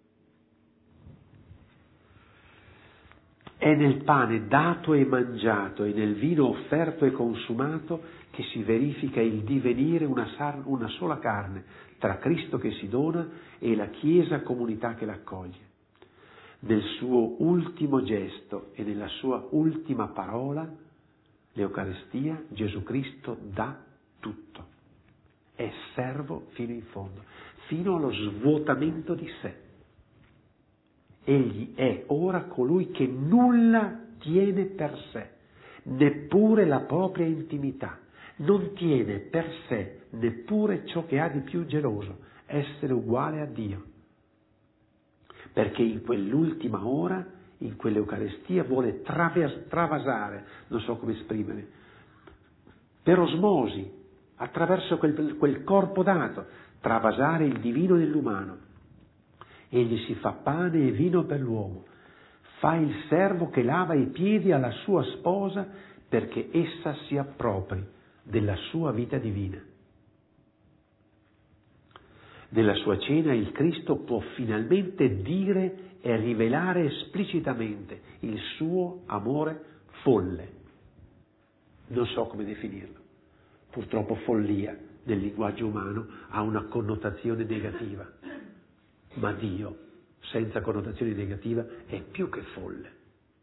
È nel pane dato e mangiato e nel vino offerto e consumato che si verifica il divenire una, sar- una sola carne tra Cristo che si dona e la Chiesa comunità che l'accoglie. nel suo ultimo gesto e nella sua ultima parola, l'Eucaristia, Gesù Cristo dà tutto. È servo fino in fondo, fino allo svuotamento di sé. Egli è ora colui che nulla tiene per sé, neppure la propria intimità. Non tiene per sé neppure ciò che ha di più geloso, essere uguale a Dio. Perché in quell'ultima ora, in quell'Eucaristia, vuole travers- travasare, non so come esprimere, per osmosi, attraverso quel, quel corpo dato, travasare il divino nell'umano. Egli si fa pane e vino per l'uomo, fa il servo che lava i piedi alla sua sposa perché essa si appropri della sua vita divina. Nella sua cena il Cristo può finalmente dire e rivelare esplicitamente il suo amore folle. Non so come definirlo. Purtroppo follia nel linguaggio umano ha una connotazione negativa, ma Dio senza connotazione negativa è più che folle.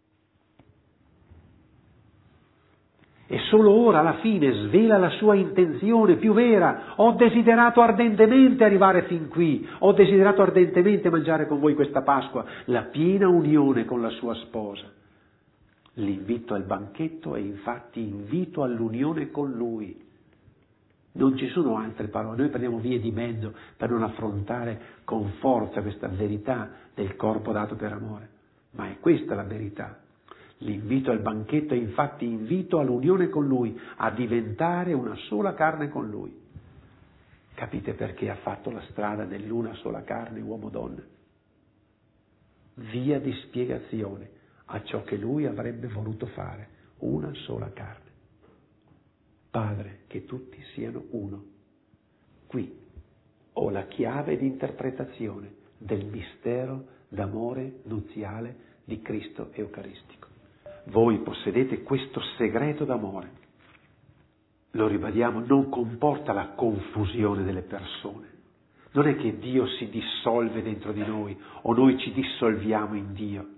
E solo ora alla fine svela la sua intenzione più vera. Ho desiderato ardentemente arrivare fin qui, ho desiderato ardentemente mangiare con voi questa Pasqua, la piena unione con la sua sposa. L'invito al banchetto è infatti invito all'unione con Lui. Non ci sono altre parole, noi prendiamo vie di mezzo per non affrontare con forza questa verità del corpo dato per amore, ma è questa la verità. L'invito al banchetto è infatti invito all'unione con Lui, a diventare una sola carne con Lui. Capite perché ha fatto la strada dell'una sola carne uomo-donna? Via di spiegazione a ciò che Lui avrebbe voluto fare, una sola carne. Padre, che tutti siano uno. Qui ho la chiave di interpretazione del mistero d'amore nuziale di Cristo Eucaristico. Voi possedete questo segreto d'amore. Lo ribadiamo, non comporta la confusione delle persone. Non è che Dio si dissolve dentro di noi o noi ci dissolviamo in Dio,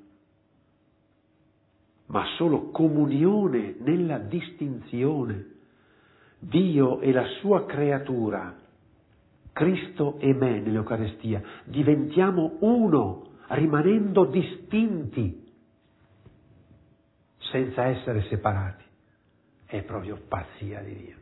ma solo comunione nella distinzione. Dio e la sua creatura, Cristo e me nell'Eucaristia, diventiamo uno, rimanendo distinti, senza essere separati. È proprio pazzia di Dio.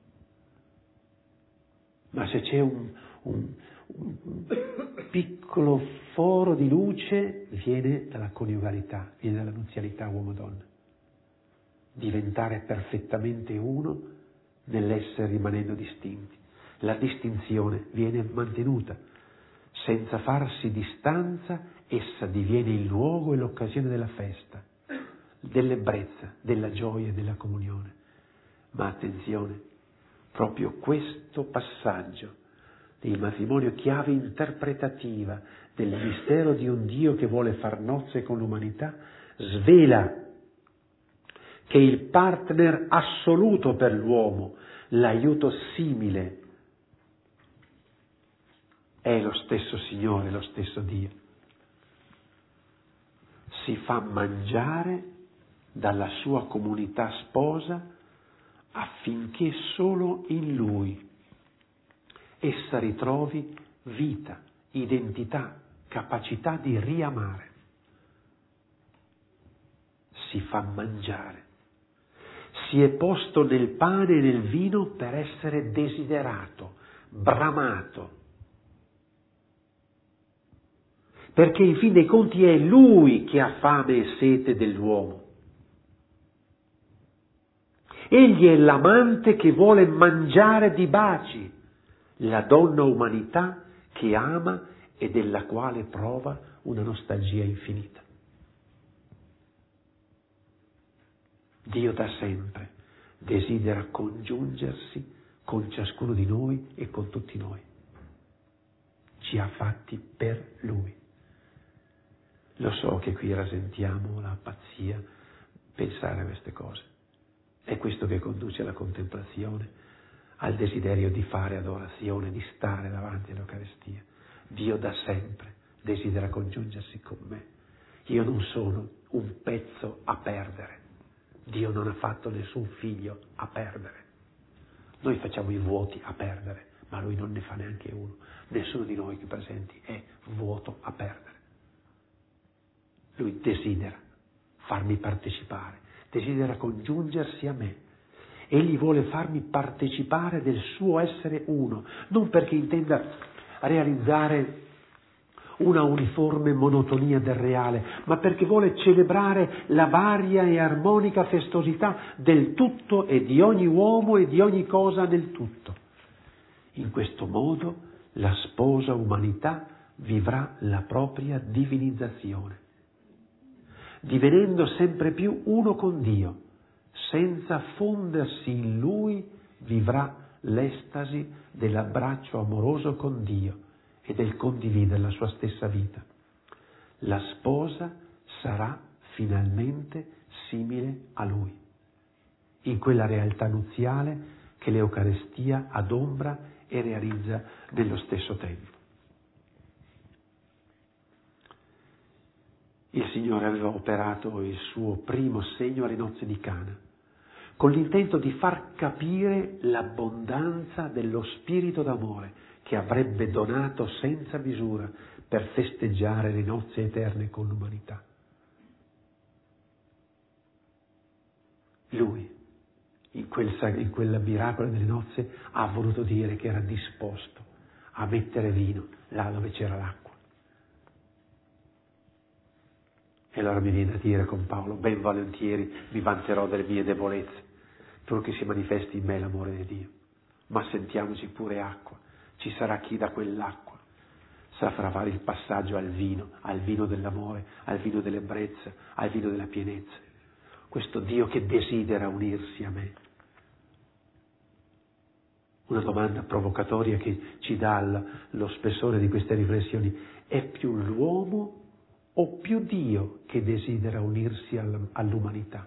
Ma se c'è un, un, un piccolo foro di luce, viene dalla coniugalità, viene dalla nuzialità uomo-donna. Diventare perfettamente uno nell'essere rimanendo distinti. La distinzione viene mantenuta. Senza farsi distanza, essa diviene il luogo e l'occasione della festa, dell'ebbrezza, della gioia e della comunione. Ma attenzione, proprio questo passaggio del matrimonio, chiave interpretativa del mistero di un Dio che vuole far nozze con l'umanità, svela che il partner assoluto per l'uomo, l'aiuto simile, è lo stesso Signore, lo stesso Dio. Si fa mangiare dalla sua comunità sposa affinché solo in Lui essa ritrovi vita, identità, capacità di riamare. Si fa mangiare. Si è posto nel pane e nel vino per essere desiderato, bramato. Perché in fin dei conti è Lui che ha fame e sete dell'uomo. Egli è l'amante che vuole mangiare di baci la donna umanità che ama e della quale prova una nostalgia infinita. Dio da sempre desidera congiungersi con ciascuno di noi e con tutti noi. Ci ha fatti per Lui. Lo so che qui rasentiamo la pazzia pensare a queste cose. È questo che conduce alla contemplazione, al desiderio di fare adorazione, di stare davanti all'Eucaristia. Dio da sempre desidera congiungersi con me. Io non sono un pezzo a perdere. Dio non ha fatto nessun figlio a perdere. Noi facciamo i vuoti a perdere, ma Lui non ne fa neanche uno. Nessuno di noi qui presenti è vuoto a perdere. Lui desidera farmi partecipare, desidera congiungersi a me. Egli vuole farmi partecipare del suo essere uno, non perché intenda realizzare una uniforme monotonia del reale, ma perché vuole celebrare la varia e armonica festosità del tutto e di ogni uomo e di ogni cosa nel tutto. In questo modo la sposa umanità vivrà la propria divinizzazione, divenendo sempre più uno con Dio. Senza fondersi in Lui vivrà l'estasi dell'abbraccio amoroso con Dio e del condividere la sua stessa vita. La sposa sarà finalmente simile a Lui, in quella realtà nuziale che l'Eucarestia adombra e realizza nello stesso tempo. Il Signore aveva operato il suo primo segno alle nozze di Cana, con l'intento di far capire l'abbondanza dello spirito d'amore che avrebbe donato senza misura per festeggiare le nozze eterne con l'umanità. Lui, in quel, in quel miracolo delle nozze, ha voluto dire che era disposto a mettere vino là dove c'era l'acqua. E allora mi viene a dire con Paolo, ben volentieri mi vanterò delle mie debolezze, purché si manifesti in me l'amore di Dio. Ma sentiamoci pure acqua. Ci sarà chi da quell'acqua saprà fare il passaggio al vino, al vino dell'amore, al vino dell'ebbrezza, al vino della pienezza. Questo Dio che desidera unirsi a me. Una domanda provocatoria che ci dà lo spessore di queste riflessioni: è più l'uomo o più Dio che desidera unirsi all'umanità?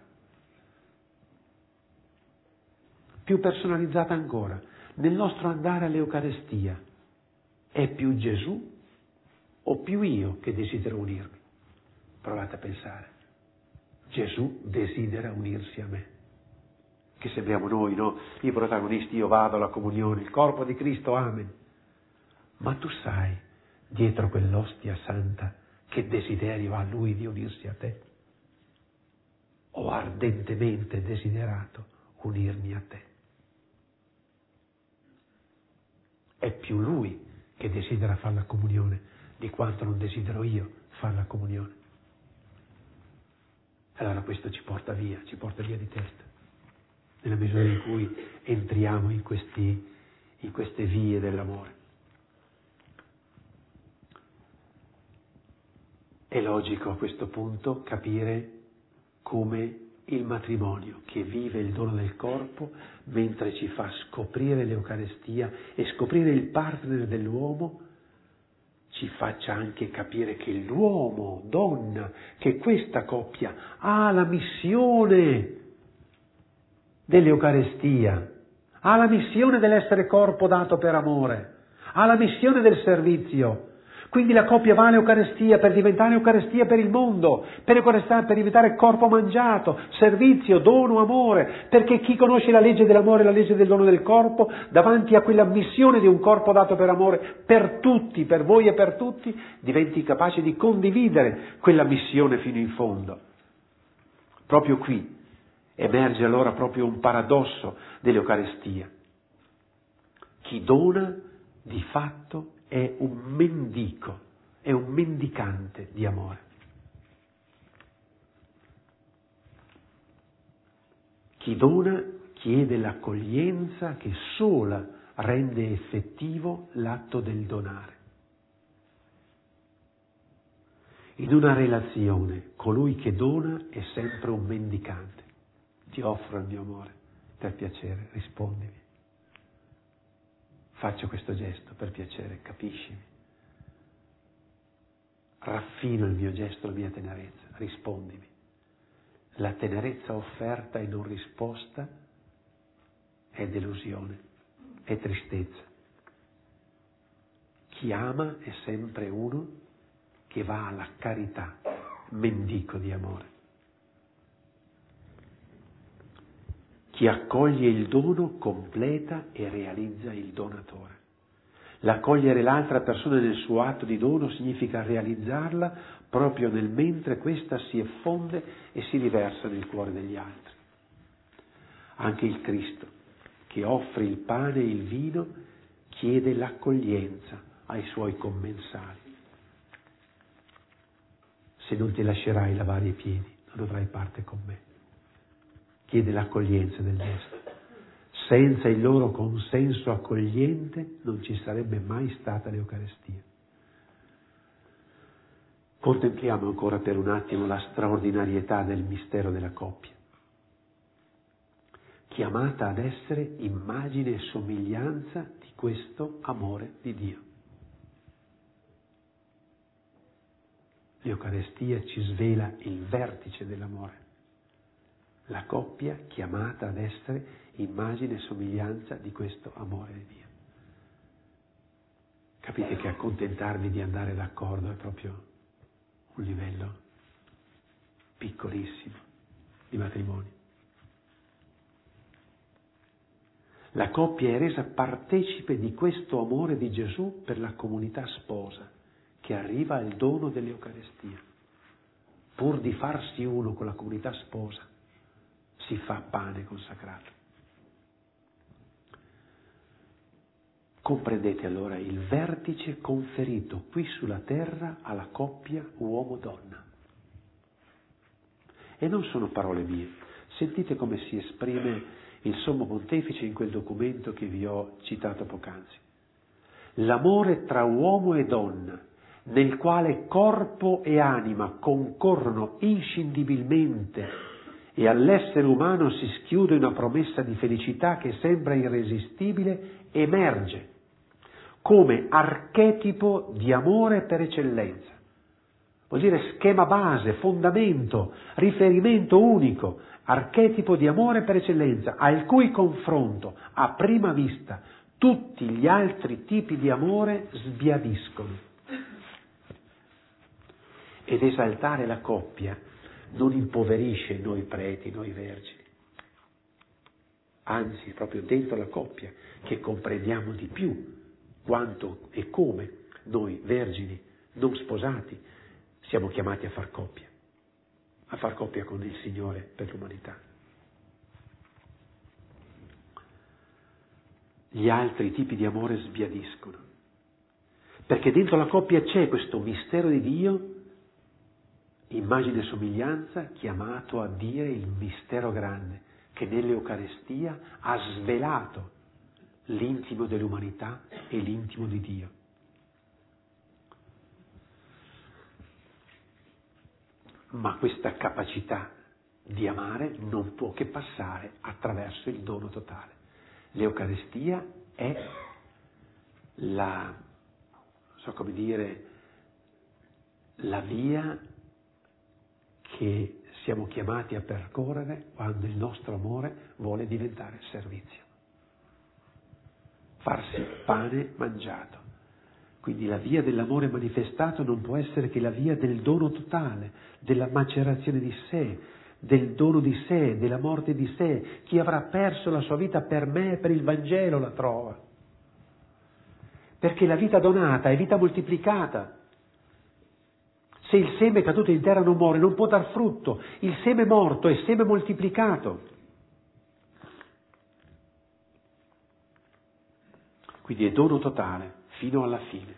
Più personalizzata ancora, nel nostro andare all'Eucarestia, è più Gesù o più io che desidero unirmi? Provate a pensare. Gesù desidera unirsi a me. Che sembriamo noi, no? I protagonisti, io vado alla comunione, il corpo di Cristo, amen. Ma tu sai, dietro quell'ostia santa, che desiderio ha Lui di unirsi a te? Ho ardentemente desiderato unirmi a te. È più Lui che desidera fare la comunione di quanto non desidero io fare la comunione. Allora questo ci porta via, ci porta via di testa, nella misura in cui entriamo in, questi, in queste vie dell'amore. È logico a questo punto capire come il matrimonio che vive il dono del corpo, mentre ci fa scoprire l'Eucarestia e scoprire il partner dell'uomo, ci faccia anche capire che l'uomo, donna, che questa coppia ha la missione dell'Eucarestia, ha la missione dell'essere corpo dato per amore, ha la missione del servizio. Quindi la coppia va all'Eucarestia per diventare Eucarestia per il mondo, per, Eucarestia, per diventare corpo mangiato, servizio, dono, amore, perché chi conosce la legge dell'amore e la legge del dono del corpo, davanti a quella missione di un corpo dato per amore per tutti, per voi e per tutti, diventi capace di condividere quella missione fino in fondo. Proprio qui emerge allora proprio un paradosso dell'Eucarestia. Chi dona di fatto è un mendico, è un mendicante di amore. Chi dona chiede l'accoglienza che sola rende effettivo l'atto del donare. In una relazione, colui che dona è sempre un mendicante. Ti offro il mio amore, per piacere, rispondimi. Faccio questo gesto per piacere, capiscimi. Raffino il mio gesto, la mia tenerezza, rispondimi. La tenerezza offerta e non risposta è delusione, è tristezza. Chi ama è sempre uno che va alla carità mendico di amore. Chi accoglie il dono completa e realizza il donatore. L'accogliere l'altra persona nel suo atto di dono significa realizzarla proprio nel mentre questa si effonde e si riversa nel cuore degli altri. Anche il Cristo, che offre il pane e il vino, chiede l'accoglienza ai suoi commensali. Se non ti lascerai lavare i piedi, non avrai parte con me. Chiede l'accoglienza del gesto. Senza il loro consenso accogliente non ci sarebbe mai stata l'Eucarestia. Contempliamo ancora per un attimo la straordinarietà del mistero della coppia, chiamata ad essere immagine e somiglianza di questo amore di Dio. L'Eucarestia ci svela il vertice dell'amore. La coppia chiamata ad essere immagine e somiglianza di questo amore di Dio. Capite che accontentarvi di andare d'accordo è proprio un livello piccolissimo di matrimonio. La coppia è resa partecipe di questo amore di Gesù per la comunità sposa, che arriva al dono dell'Eucarestia. Pur di farsi uno con la comunità sposa, si fa pane consacrato. Comprendete allora il vertice conferito qui sulla terra alla coppia uomo-donna. E non sono parole mie. Sentite come si esprime il Sommo Pontefice in quel documento che vi ho citato poc'anzi. L'amore tra uomo e donna, nel quale corpo e anima concorrono inscindibilmente e all'essere umano si schiude una promessa di felicità che sembra irresistibile, emerge come archetipo di amore per eccellenza. Vuol dire schema base, fondamento, riferimento unico, archetipo di amore per eccellenza, al cui confronto, a prima vista, tutti gli altri tipi di amore sbiadiscono. Ed esaltare la coppia non impoverisce noi preti, noi vergini. Anzi, è proprio dentro la coppia che comprendiamo di più quanto e come noi vergini non sposati siamo chiamati a far coppia, a far coppia con il Signore per l'umanità. Gli altri tipi di amore sbiadiscono, perché dentro la coppia c'è questo mistero di Dio, immagine e somiglianza, chiamato a dire il mistero grande, che nell'Eucarestia ha svelato l'intimo dell'umanità e l'intimo di Dio. Ma questa capacità di amare non può che passare attraverso il dono totale. L'Eucarestia è la, non so come dire, la via che siamo chiamati a percorrere quando il nostro amore vuole diventare servizio. Farsi pane mangiato. Quindi la via dell'amore manifestato non può essere che la via del dono totale, della macerazione di sé, del dono di sé, della morte di sé. Chi avrà perso la sua vita per me e per il Vangelo la trova. Perché la vita donata è vita moltiplicata. Se il seme caduto in terra non muore, non può dar frutto. Il seme morto è seme moltiplicato. Quindi è dono totale, fino alla fine.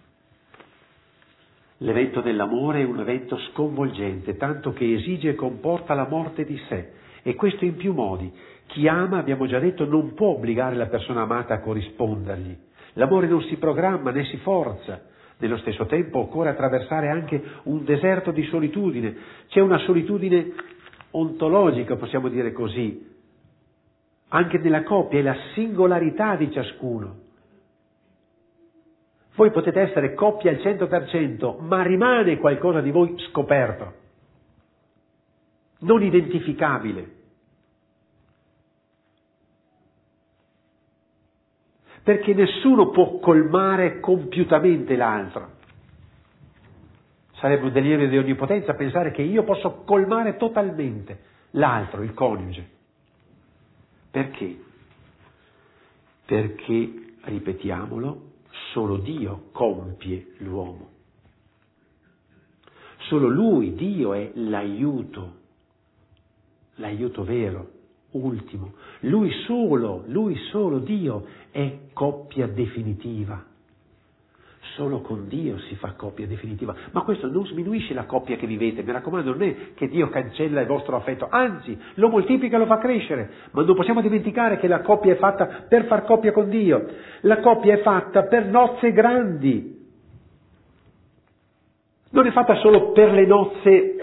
L'evento dell'amore è un evento sconvolgente, tanto che esige e comporta la morte di sé. E questo in più modi. Chi ama, abbiamo già detto, non può obbligare la persona amata a corrispondergli. L'amore non si programma né si forza. Nello stesso tempo occorre attraversare anche un deserto di solitudine. C'è una solitudine ontologica, possiamo dire così. Anche nella coppia è la singolarità di ciascuno. Voi potete essere coppia al cento per cento, ma rimane qualcosa di voi scoperto, non identificabile. Perché nessuno può colmare compiutamente l'altro. Sarebbe un delirio di onnipotenza pensare che io posso colmare totalmente l'altro, il coniuge. Perché? Perché, ripetiamolo, solo Dio compie l'uomo. Solo Lui, Dio, è l'aiuto, l'aiuto vero, ultimo. Lui solo, Lui solo, Dio, è coppia definitiva. Solo con Dio si fa coppia definitiva. Ma questo non sminuisce la coppia che vivete, mi raccomando, non è che Dio cancella il vostro affetto, anzi, lo moltiplica e lo fa crescere. Ma non possiamo dimenticare che la coppia è fatta per far coppia con Dio. La coppia è fatta per nozze grandi. Non è fatta solo per le nozze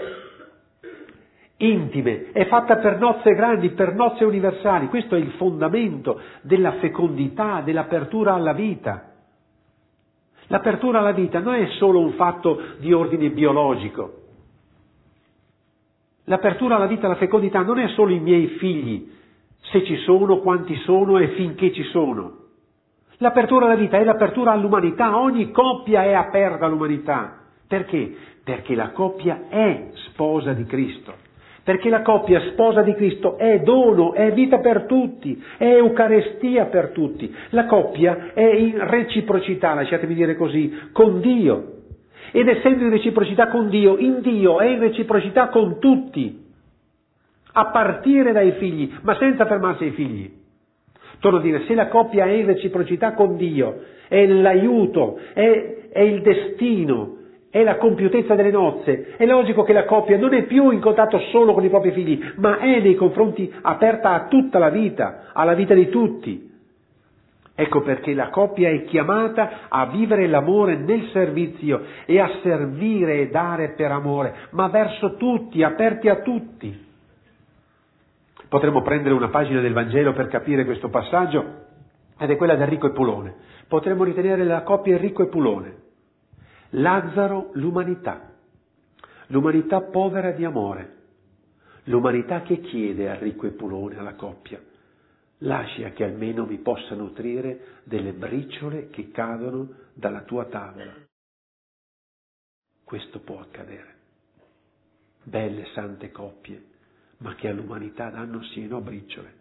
intime, è fatta per nozze grandi, per nozze universali. Questo è il fondamento della fecondità, dell'apertura alla vita. L'apertura alla vita non è solo un fatto di ordine biologico. L'apertura alla vita, la fecondità non è solo i miei figli, se ci sono, quanti sono e finché ci sono. L'apertura alla vita è l'apertura all'umanità, ogni coppia è aperta all'umanità. Perché? Perché la coppia è sposa di Cristo. Perché la coppia sposa di Cristo è dono, è vita per tutti, è Eucaristia per tutti. La coppia è in reciprocità, lasciatemi dire così, con Dio. Ed essendo in reciprocità con Dio, in Dio è in reciprocità con tutti, a partire dai figli, ma senza fermarsi ai figli. Torno a dire, se la coppia è in reciprocità con Dio, è l'aiuto, è, è il destino, è la compiutezza delle nozze, è logico che la coppia non è più in contatto solo con i propri figli, ma è nei confronti aperta a tutta la vita, alla vita di tutti. Ecco perché la coppia è chiamata a vivere l'amore nel servizio e a servire e dare per amore, ma verso tutti, aperti a tutti. Potremmo prendere una pagina del Vangelo per capire questo passaggio, ed è quella del ricco e Pulone. Potremmo ritenere la coppia il ricco e Pulone. Lazzaro, l'umanità, l'umanità povera di amore, l'umanità che chiede al ricco e Pulone, alla coppia, lascia che almeno mi possa nutrire delle briciole che cadono dalla tua tavola. Questo può accadere. Belle sante coppie, ma che all'umanità danno sì e no briciole.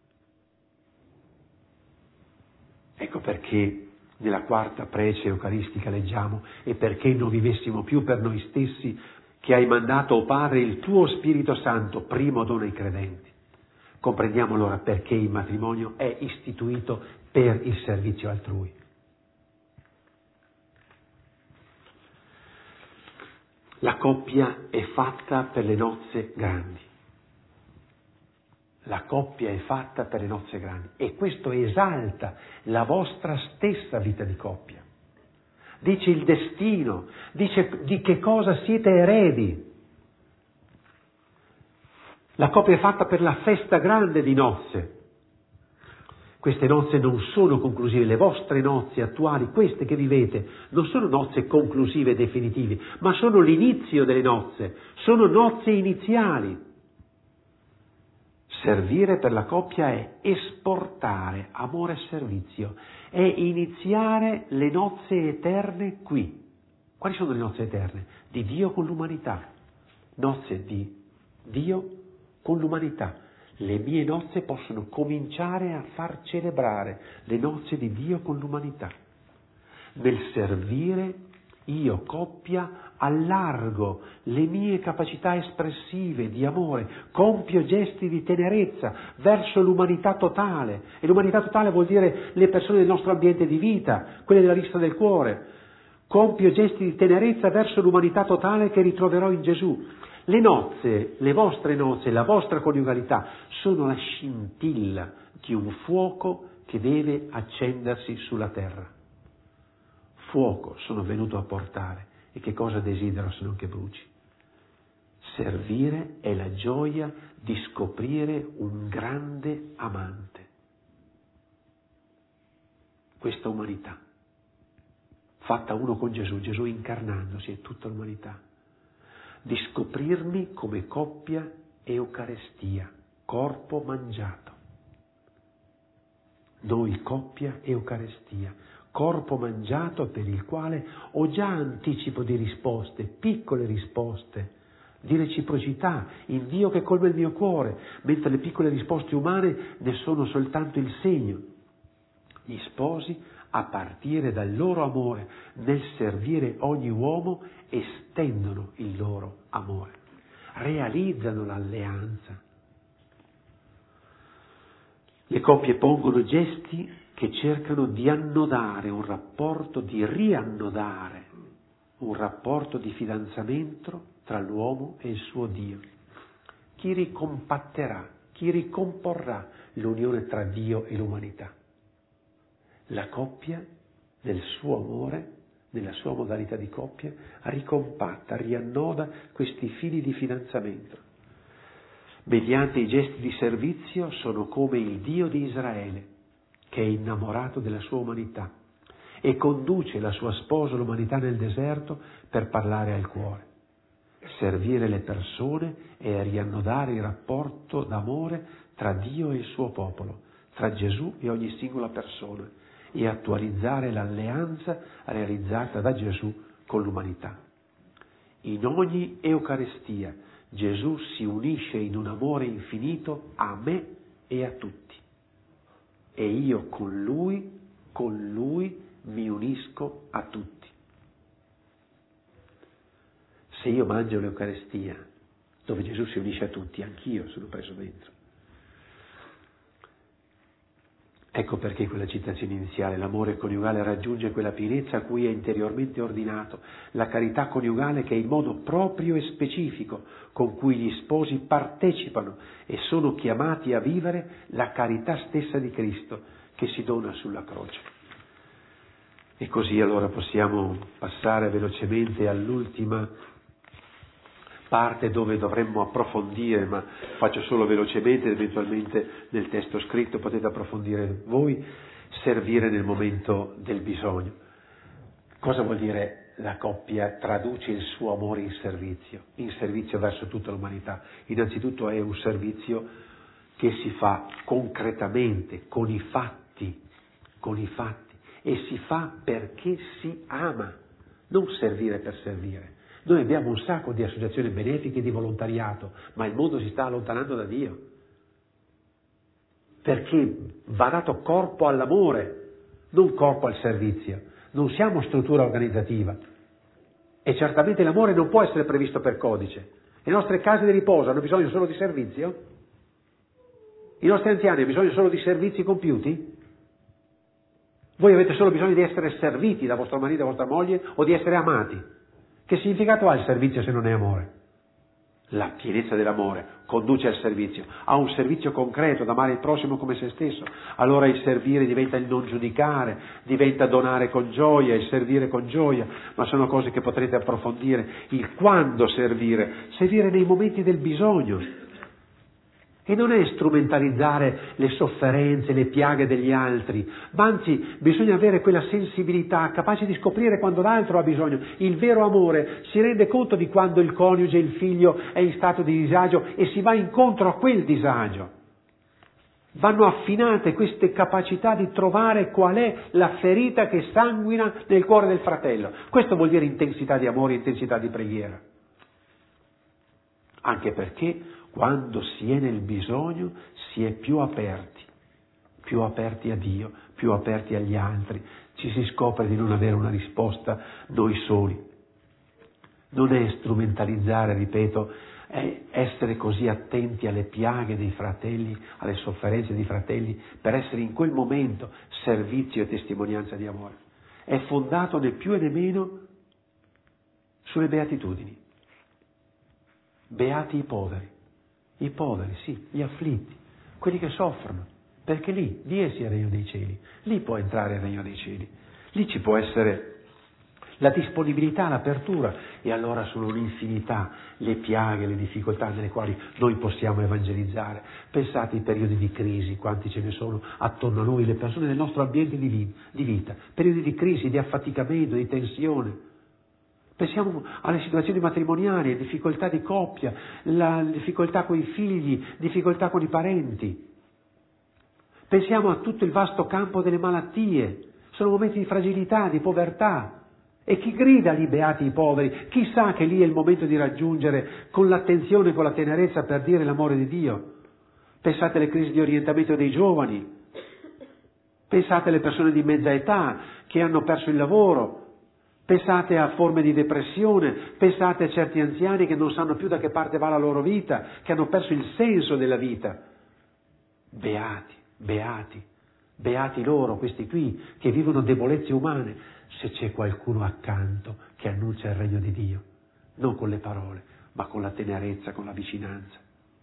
Ecco perché nella quarta prece eucaristica leggiamo: e perché non vivessimo più per noi stessi, che hai mandato, o Padre, il tuo Spirito Santo, primo dono ai credenti. Comprendiamo allora perché il matrimonio è istituito per il servizio altrui. La coppia è fatta per le nozze grandi. La coppia è fatta per le nozze grandi e questo esalta la vostra stessa vita di coppia. Dice il destino, dice di che cosa siete eredi. La coppia è fatta per la festa grande di nozze. Queste nozze non sono conclusive, le vostre nozze attuali, queste che vivete, non sono nozze conclusive e definitive, ma sono l'inizio delle nozze, sono nozze iniziali. Servire per la coppia è esportare amore e servizio, è iniziare le nozze eterne qui. Quali sono le nozze eterne? Di Dio con l'umanità. Nozze di Dio con l'umanità. Le mie nozze possono cominciare a far celebrare le nozze di Dio con l'umanità. Nel servire io, coppia, allargo le mie capacità espressive di amore, compio gesti di tenerezza verso l'umanità totale. E l'umanità totale vuol dire le persone del nostro ambiente di vita, quelle della lista del cuore. Compio gesti di tenerezza verso l'umanità totale che ritroverò in Gesù. Le nozze, le vostre nozze, la vostra coniugalità sono la scintilla di un fuoco che deve accendersi sulla terra. Fuoco sono venuto a portare e che cosa desidero se non che bruci? Servire è la gioia di scoprire un grande amante. Questa umanità, fatta uno con Gesù, Gesù incarnandosi e tutta l'umanità, di scoprirmi come coppia Eucaristia, corpo mangiato. Noi coppia Eucaristia, corpo mangiato per il quale ho già anticipo di risposte, piccole risposte, di reciprocità, in Dio che colma il mio cuore, mentre le piccole risposte umane ne sono soltanto il segno. Gli sposi, a partire dal loro amore nel servire ogni uomo, estendono il loro amore, realizzano l'alleanza. Le coppie pongono gesti che cercano di annodare un rapporto, di riannodare un rapporto di fidanzamento tra l'uomo e il suo Dio. Chi ricompatterà, chi ricomporrà l'unione tra Dio e l'umanità? La coppia, nel suo amore, nella sua modalità di coppia, ricompatta, riannoda questi fili di fidanzamento. Mediante i gesti di servizio sono come il Dio di Israele, che è innamorato della sua umanità e conduce la sua sposa, l'umanità, nel deserto per parlare al cuore. Servire le persone è riannodare il rapporto d'amore tra Dio e il suo popolo, tra Gesù e ogni singola persona, e attualizzare l'alleanza realizzata da Gesù con l'umanità. In ogni Eucaristia Gesù si unisce in un amore infinito a me e a tutti. E io con Lui, con Lui mi unisco a tutti. Se io mangio l'Eucaristia, dove Gesù si unisce a tutti, anch'io sono preso dentro. Ecco perché quella citazione iniziale, l'amore coniugale raggiunge quella pienezza a cui è interiormente ordinato, la carità coniugale che è il modo proprio e specifico con cui gli sposi partecipano e sono chiamati a vivere la carità stessa di Cristo che si dona sulla croce. E così allora possiamo passare velocemente all'ultima parte dove dovremmo approfondire, ma faccio solo velocemente, eventualmente nel testo scritto potete approfondire voi, servire nel momento del bisogno. Cosa vuol dire la coppia traduce il suo amore in servizio, in servizio verso tutta l'umanità? Innanzitutto è un servizio che si fa concretamente, con i fatti, con i fatti, e si fa perché si ama, non servire per servire. Noi abbiamo un sacco di associazioni benefiche e di volontariato, ma il mondo si sta allontanando da Dio. Perché va dato corpo all'amore, non corpo al servizio. Non siamo struttura organizzativa. E certamente l'amore non può essere previsto per codice. Le nostre case di riposo hanno bisogno solo di servizio? I nostri anziani hanno bisogno solo di servizi compiuti? Voi avete solo bisogno di essere serviti da vostro marito e da vostra moglie o di essere amati? Che significato ha il servizio se non è amore? La pienezza dell'amore conduce al servizio, a un servizio concreto, ad amare il prossimo come se stesso. Allora il servire diventa il non giudicare, diventa donare con gioia, il servire con gioia, ma sono cose che potrete approfondire. Il quando servire, servire nei momenti del bisogno. E non è strumentalizzare le sofferenze, le piaghe degli altri, ma anzi bisogna avere quella sensibilità capace di scoprire quando l'altro ha bisogno. Il vero amore si rende conto di quando il coniuge, il figlio è in stato di disagio e si va incontro a quel disagio. Vanno affinate queste capacità di trovare qual è la ferita che sanguina nel cuore del fratello. Questo vuol dire intensità di amore, intensità di preghiera. Anche perché quando si è nel bisogno si è più aperti, più aperti a Dio, più aperti agli altri, ci si scopre di non avere una risposta noi soli. Non è strumentalizzare, ripeto, è essere così attenti alle piaghe dei fratelli, alle sofferenze dei fratelli, per essere in quel momento servizio e testimonianza di amore. È fondato né più e né meno sulle beatitudini. Beati i poveri. I poveri, sì, gli afflitti, quelli che soffrono, perché lì, lì è il regno dei cieli, lì può entrare il regno dei cieli, lì ci può essere la disponibilità, l'apertura, e allora sono un'infinità le piaghe, le difficoltà nelle quali noi possiamo evangelizzare. Pensate ai periodi di crisi, quanti ce ne sono attorno a noi, le persone del nostro ambiente di vita, periodi di crisi, di affaticamento, di tensione. Pensiamo alle situazioni matrimoniali, difficoltà di coppia, la difficoltà con i figli, difficoltà con i parenti. Pensiamo a tutto il vasto campo delle malattie. sono momenti di fragilità, di povertà. E chi grida lì beati i poveri? Chi sa che lì è il momento di raggiungere con l'attenzione, con la tenerezza per dire l'amore di Dio? Pensate alle crisi di orientamento dei giovani, pensate alle persone di mezza età che hanno perso il lavoro, pensate a forme di depressione, pensate a certi anziani che non sanno più da che parte va la loro vita, che hanno perso il senso della vita. Beati, beati, beati loro, questi qui, che vivono debolezze umane, se c'è qualcuno accanto che annuncia il regno di Dio, non con le parole, ma con la tenerezza, con la vicinanza.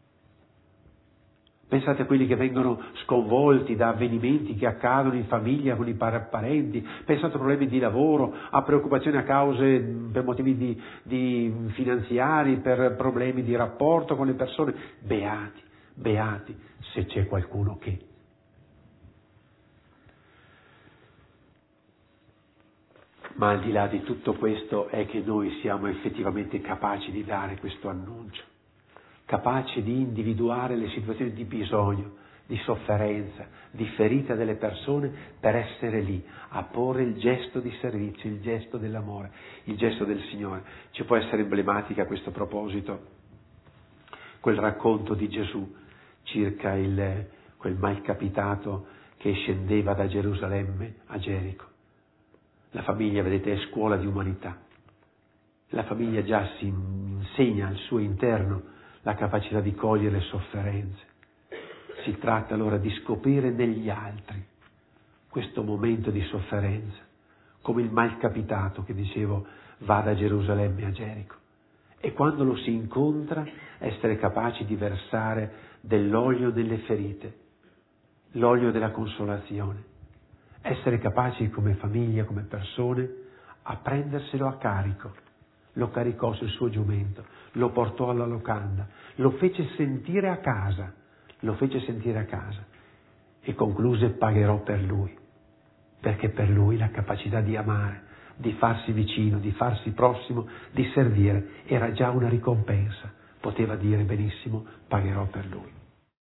Pensate a quelli che vengono sconvolti da avvenimenti che accadono in famiglia con i parenti, pensate a problemi di lavoro, a preoccupazioni a cause per motivi di, di finanziari, per problemi di rapporto con le persone. Beati, beati, se c'è qualcuno che... Ma al di là di tutto questo è che noi siamo effettivamente capaci di dare questo annuncio, capaci di individuare le situazioni di bisogno, di sofferenza, di ferita delle persone per essere lì, a porre il gesto di servizio, il gesto dell'amore, il gesto del Signore. Ci può essere emblematica a questo proposito quel racconto di Gesù circa il, quel malcapitato che scendeva da Gerusalemme a Gerico. La famiglia, vedete, è scuola di umanità. La famiglia già si insegna al suo interno la capacità di cogliere le sofferenze. Si tratta allora di scoprire negli altri questo momento di sofferenza, come il malcapitato che dicevo va da Gerusalemme a Gerico. E quando lo si incontra, essere capaci di versare dell'olio nelle ferite, l'olio della consolazione. Essere capaci come famiglia, come persone, a prenderselo a carico. Lo caricò sul suo giumento, lo portò alla locanda, lo fece sentire a casa, lo fece sentire a casa e concluse: pagherò per lui, perché per lui la capacità di amare, di farsi vicino, di farsi prossimo, di servire era già una ricompensa. Poteva dire benissimo: pagherò per lui.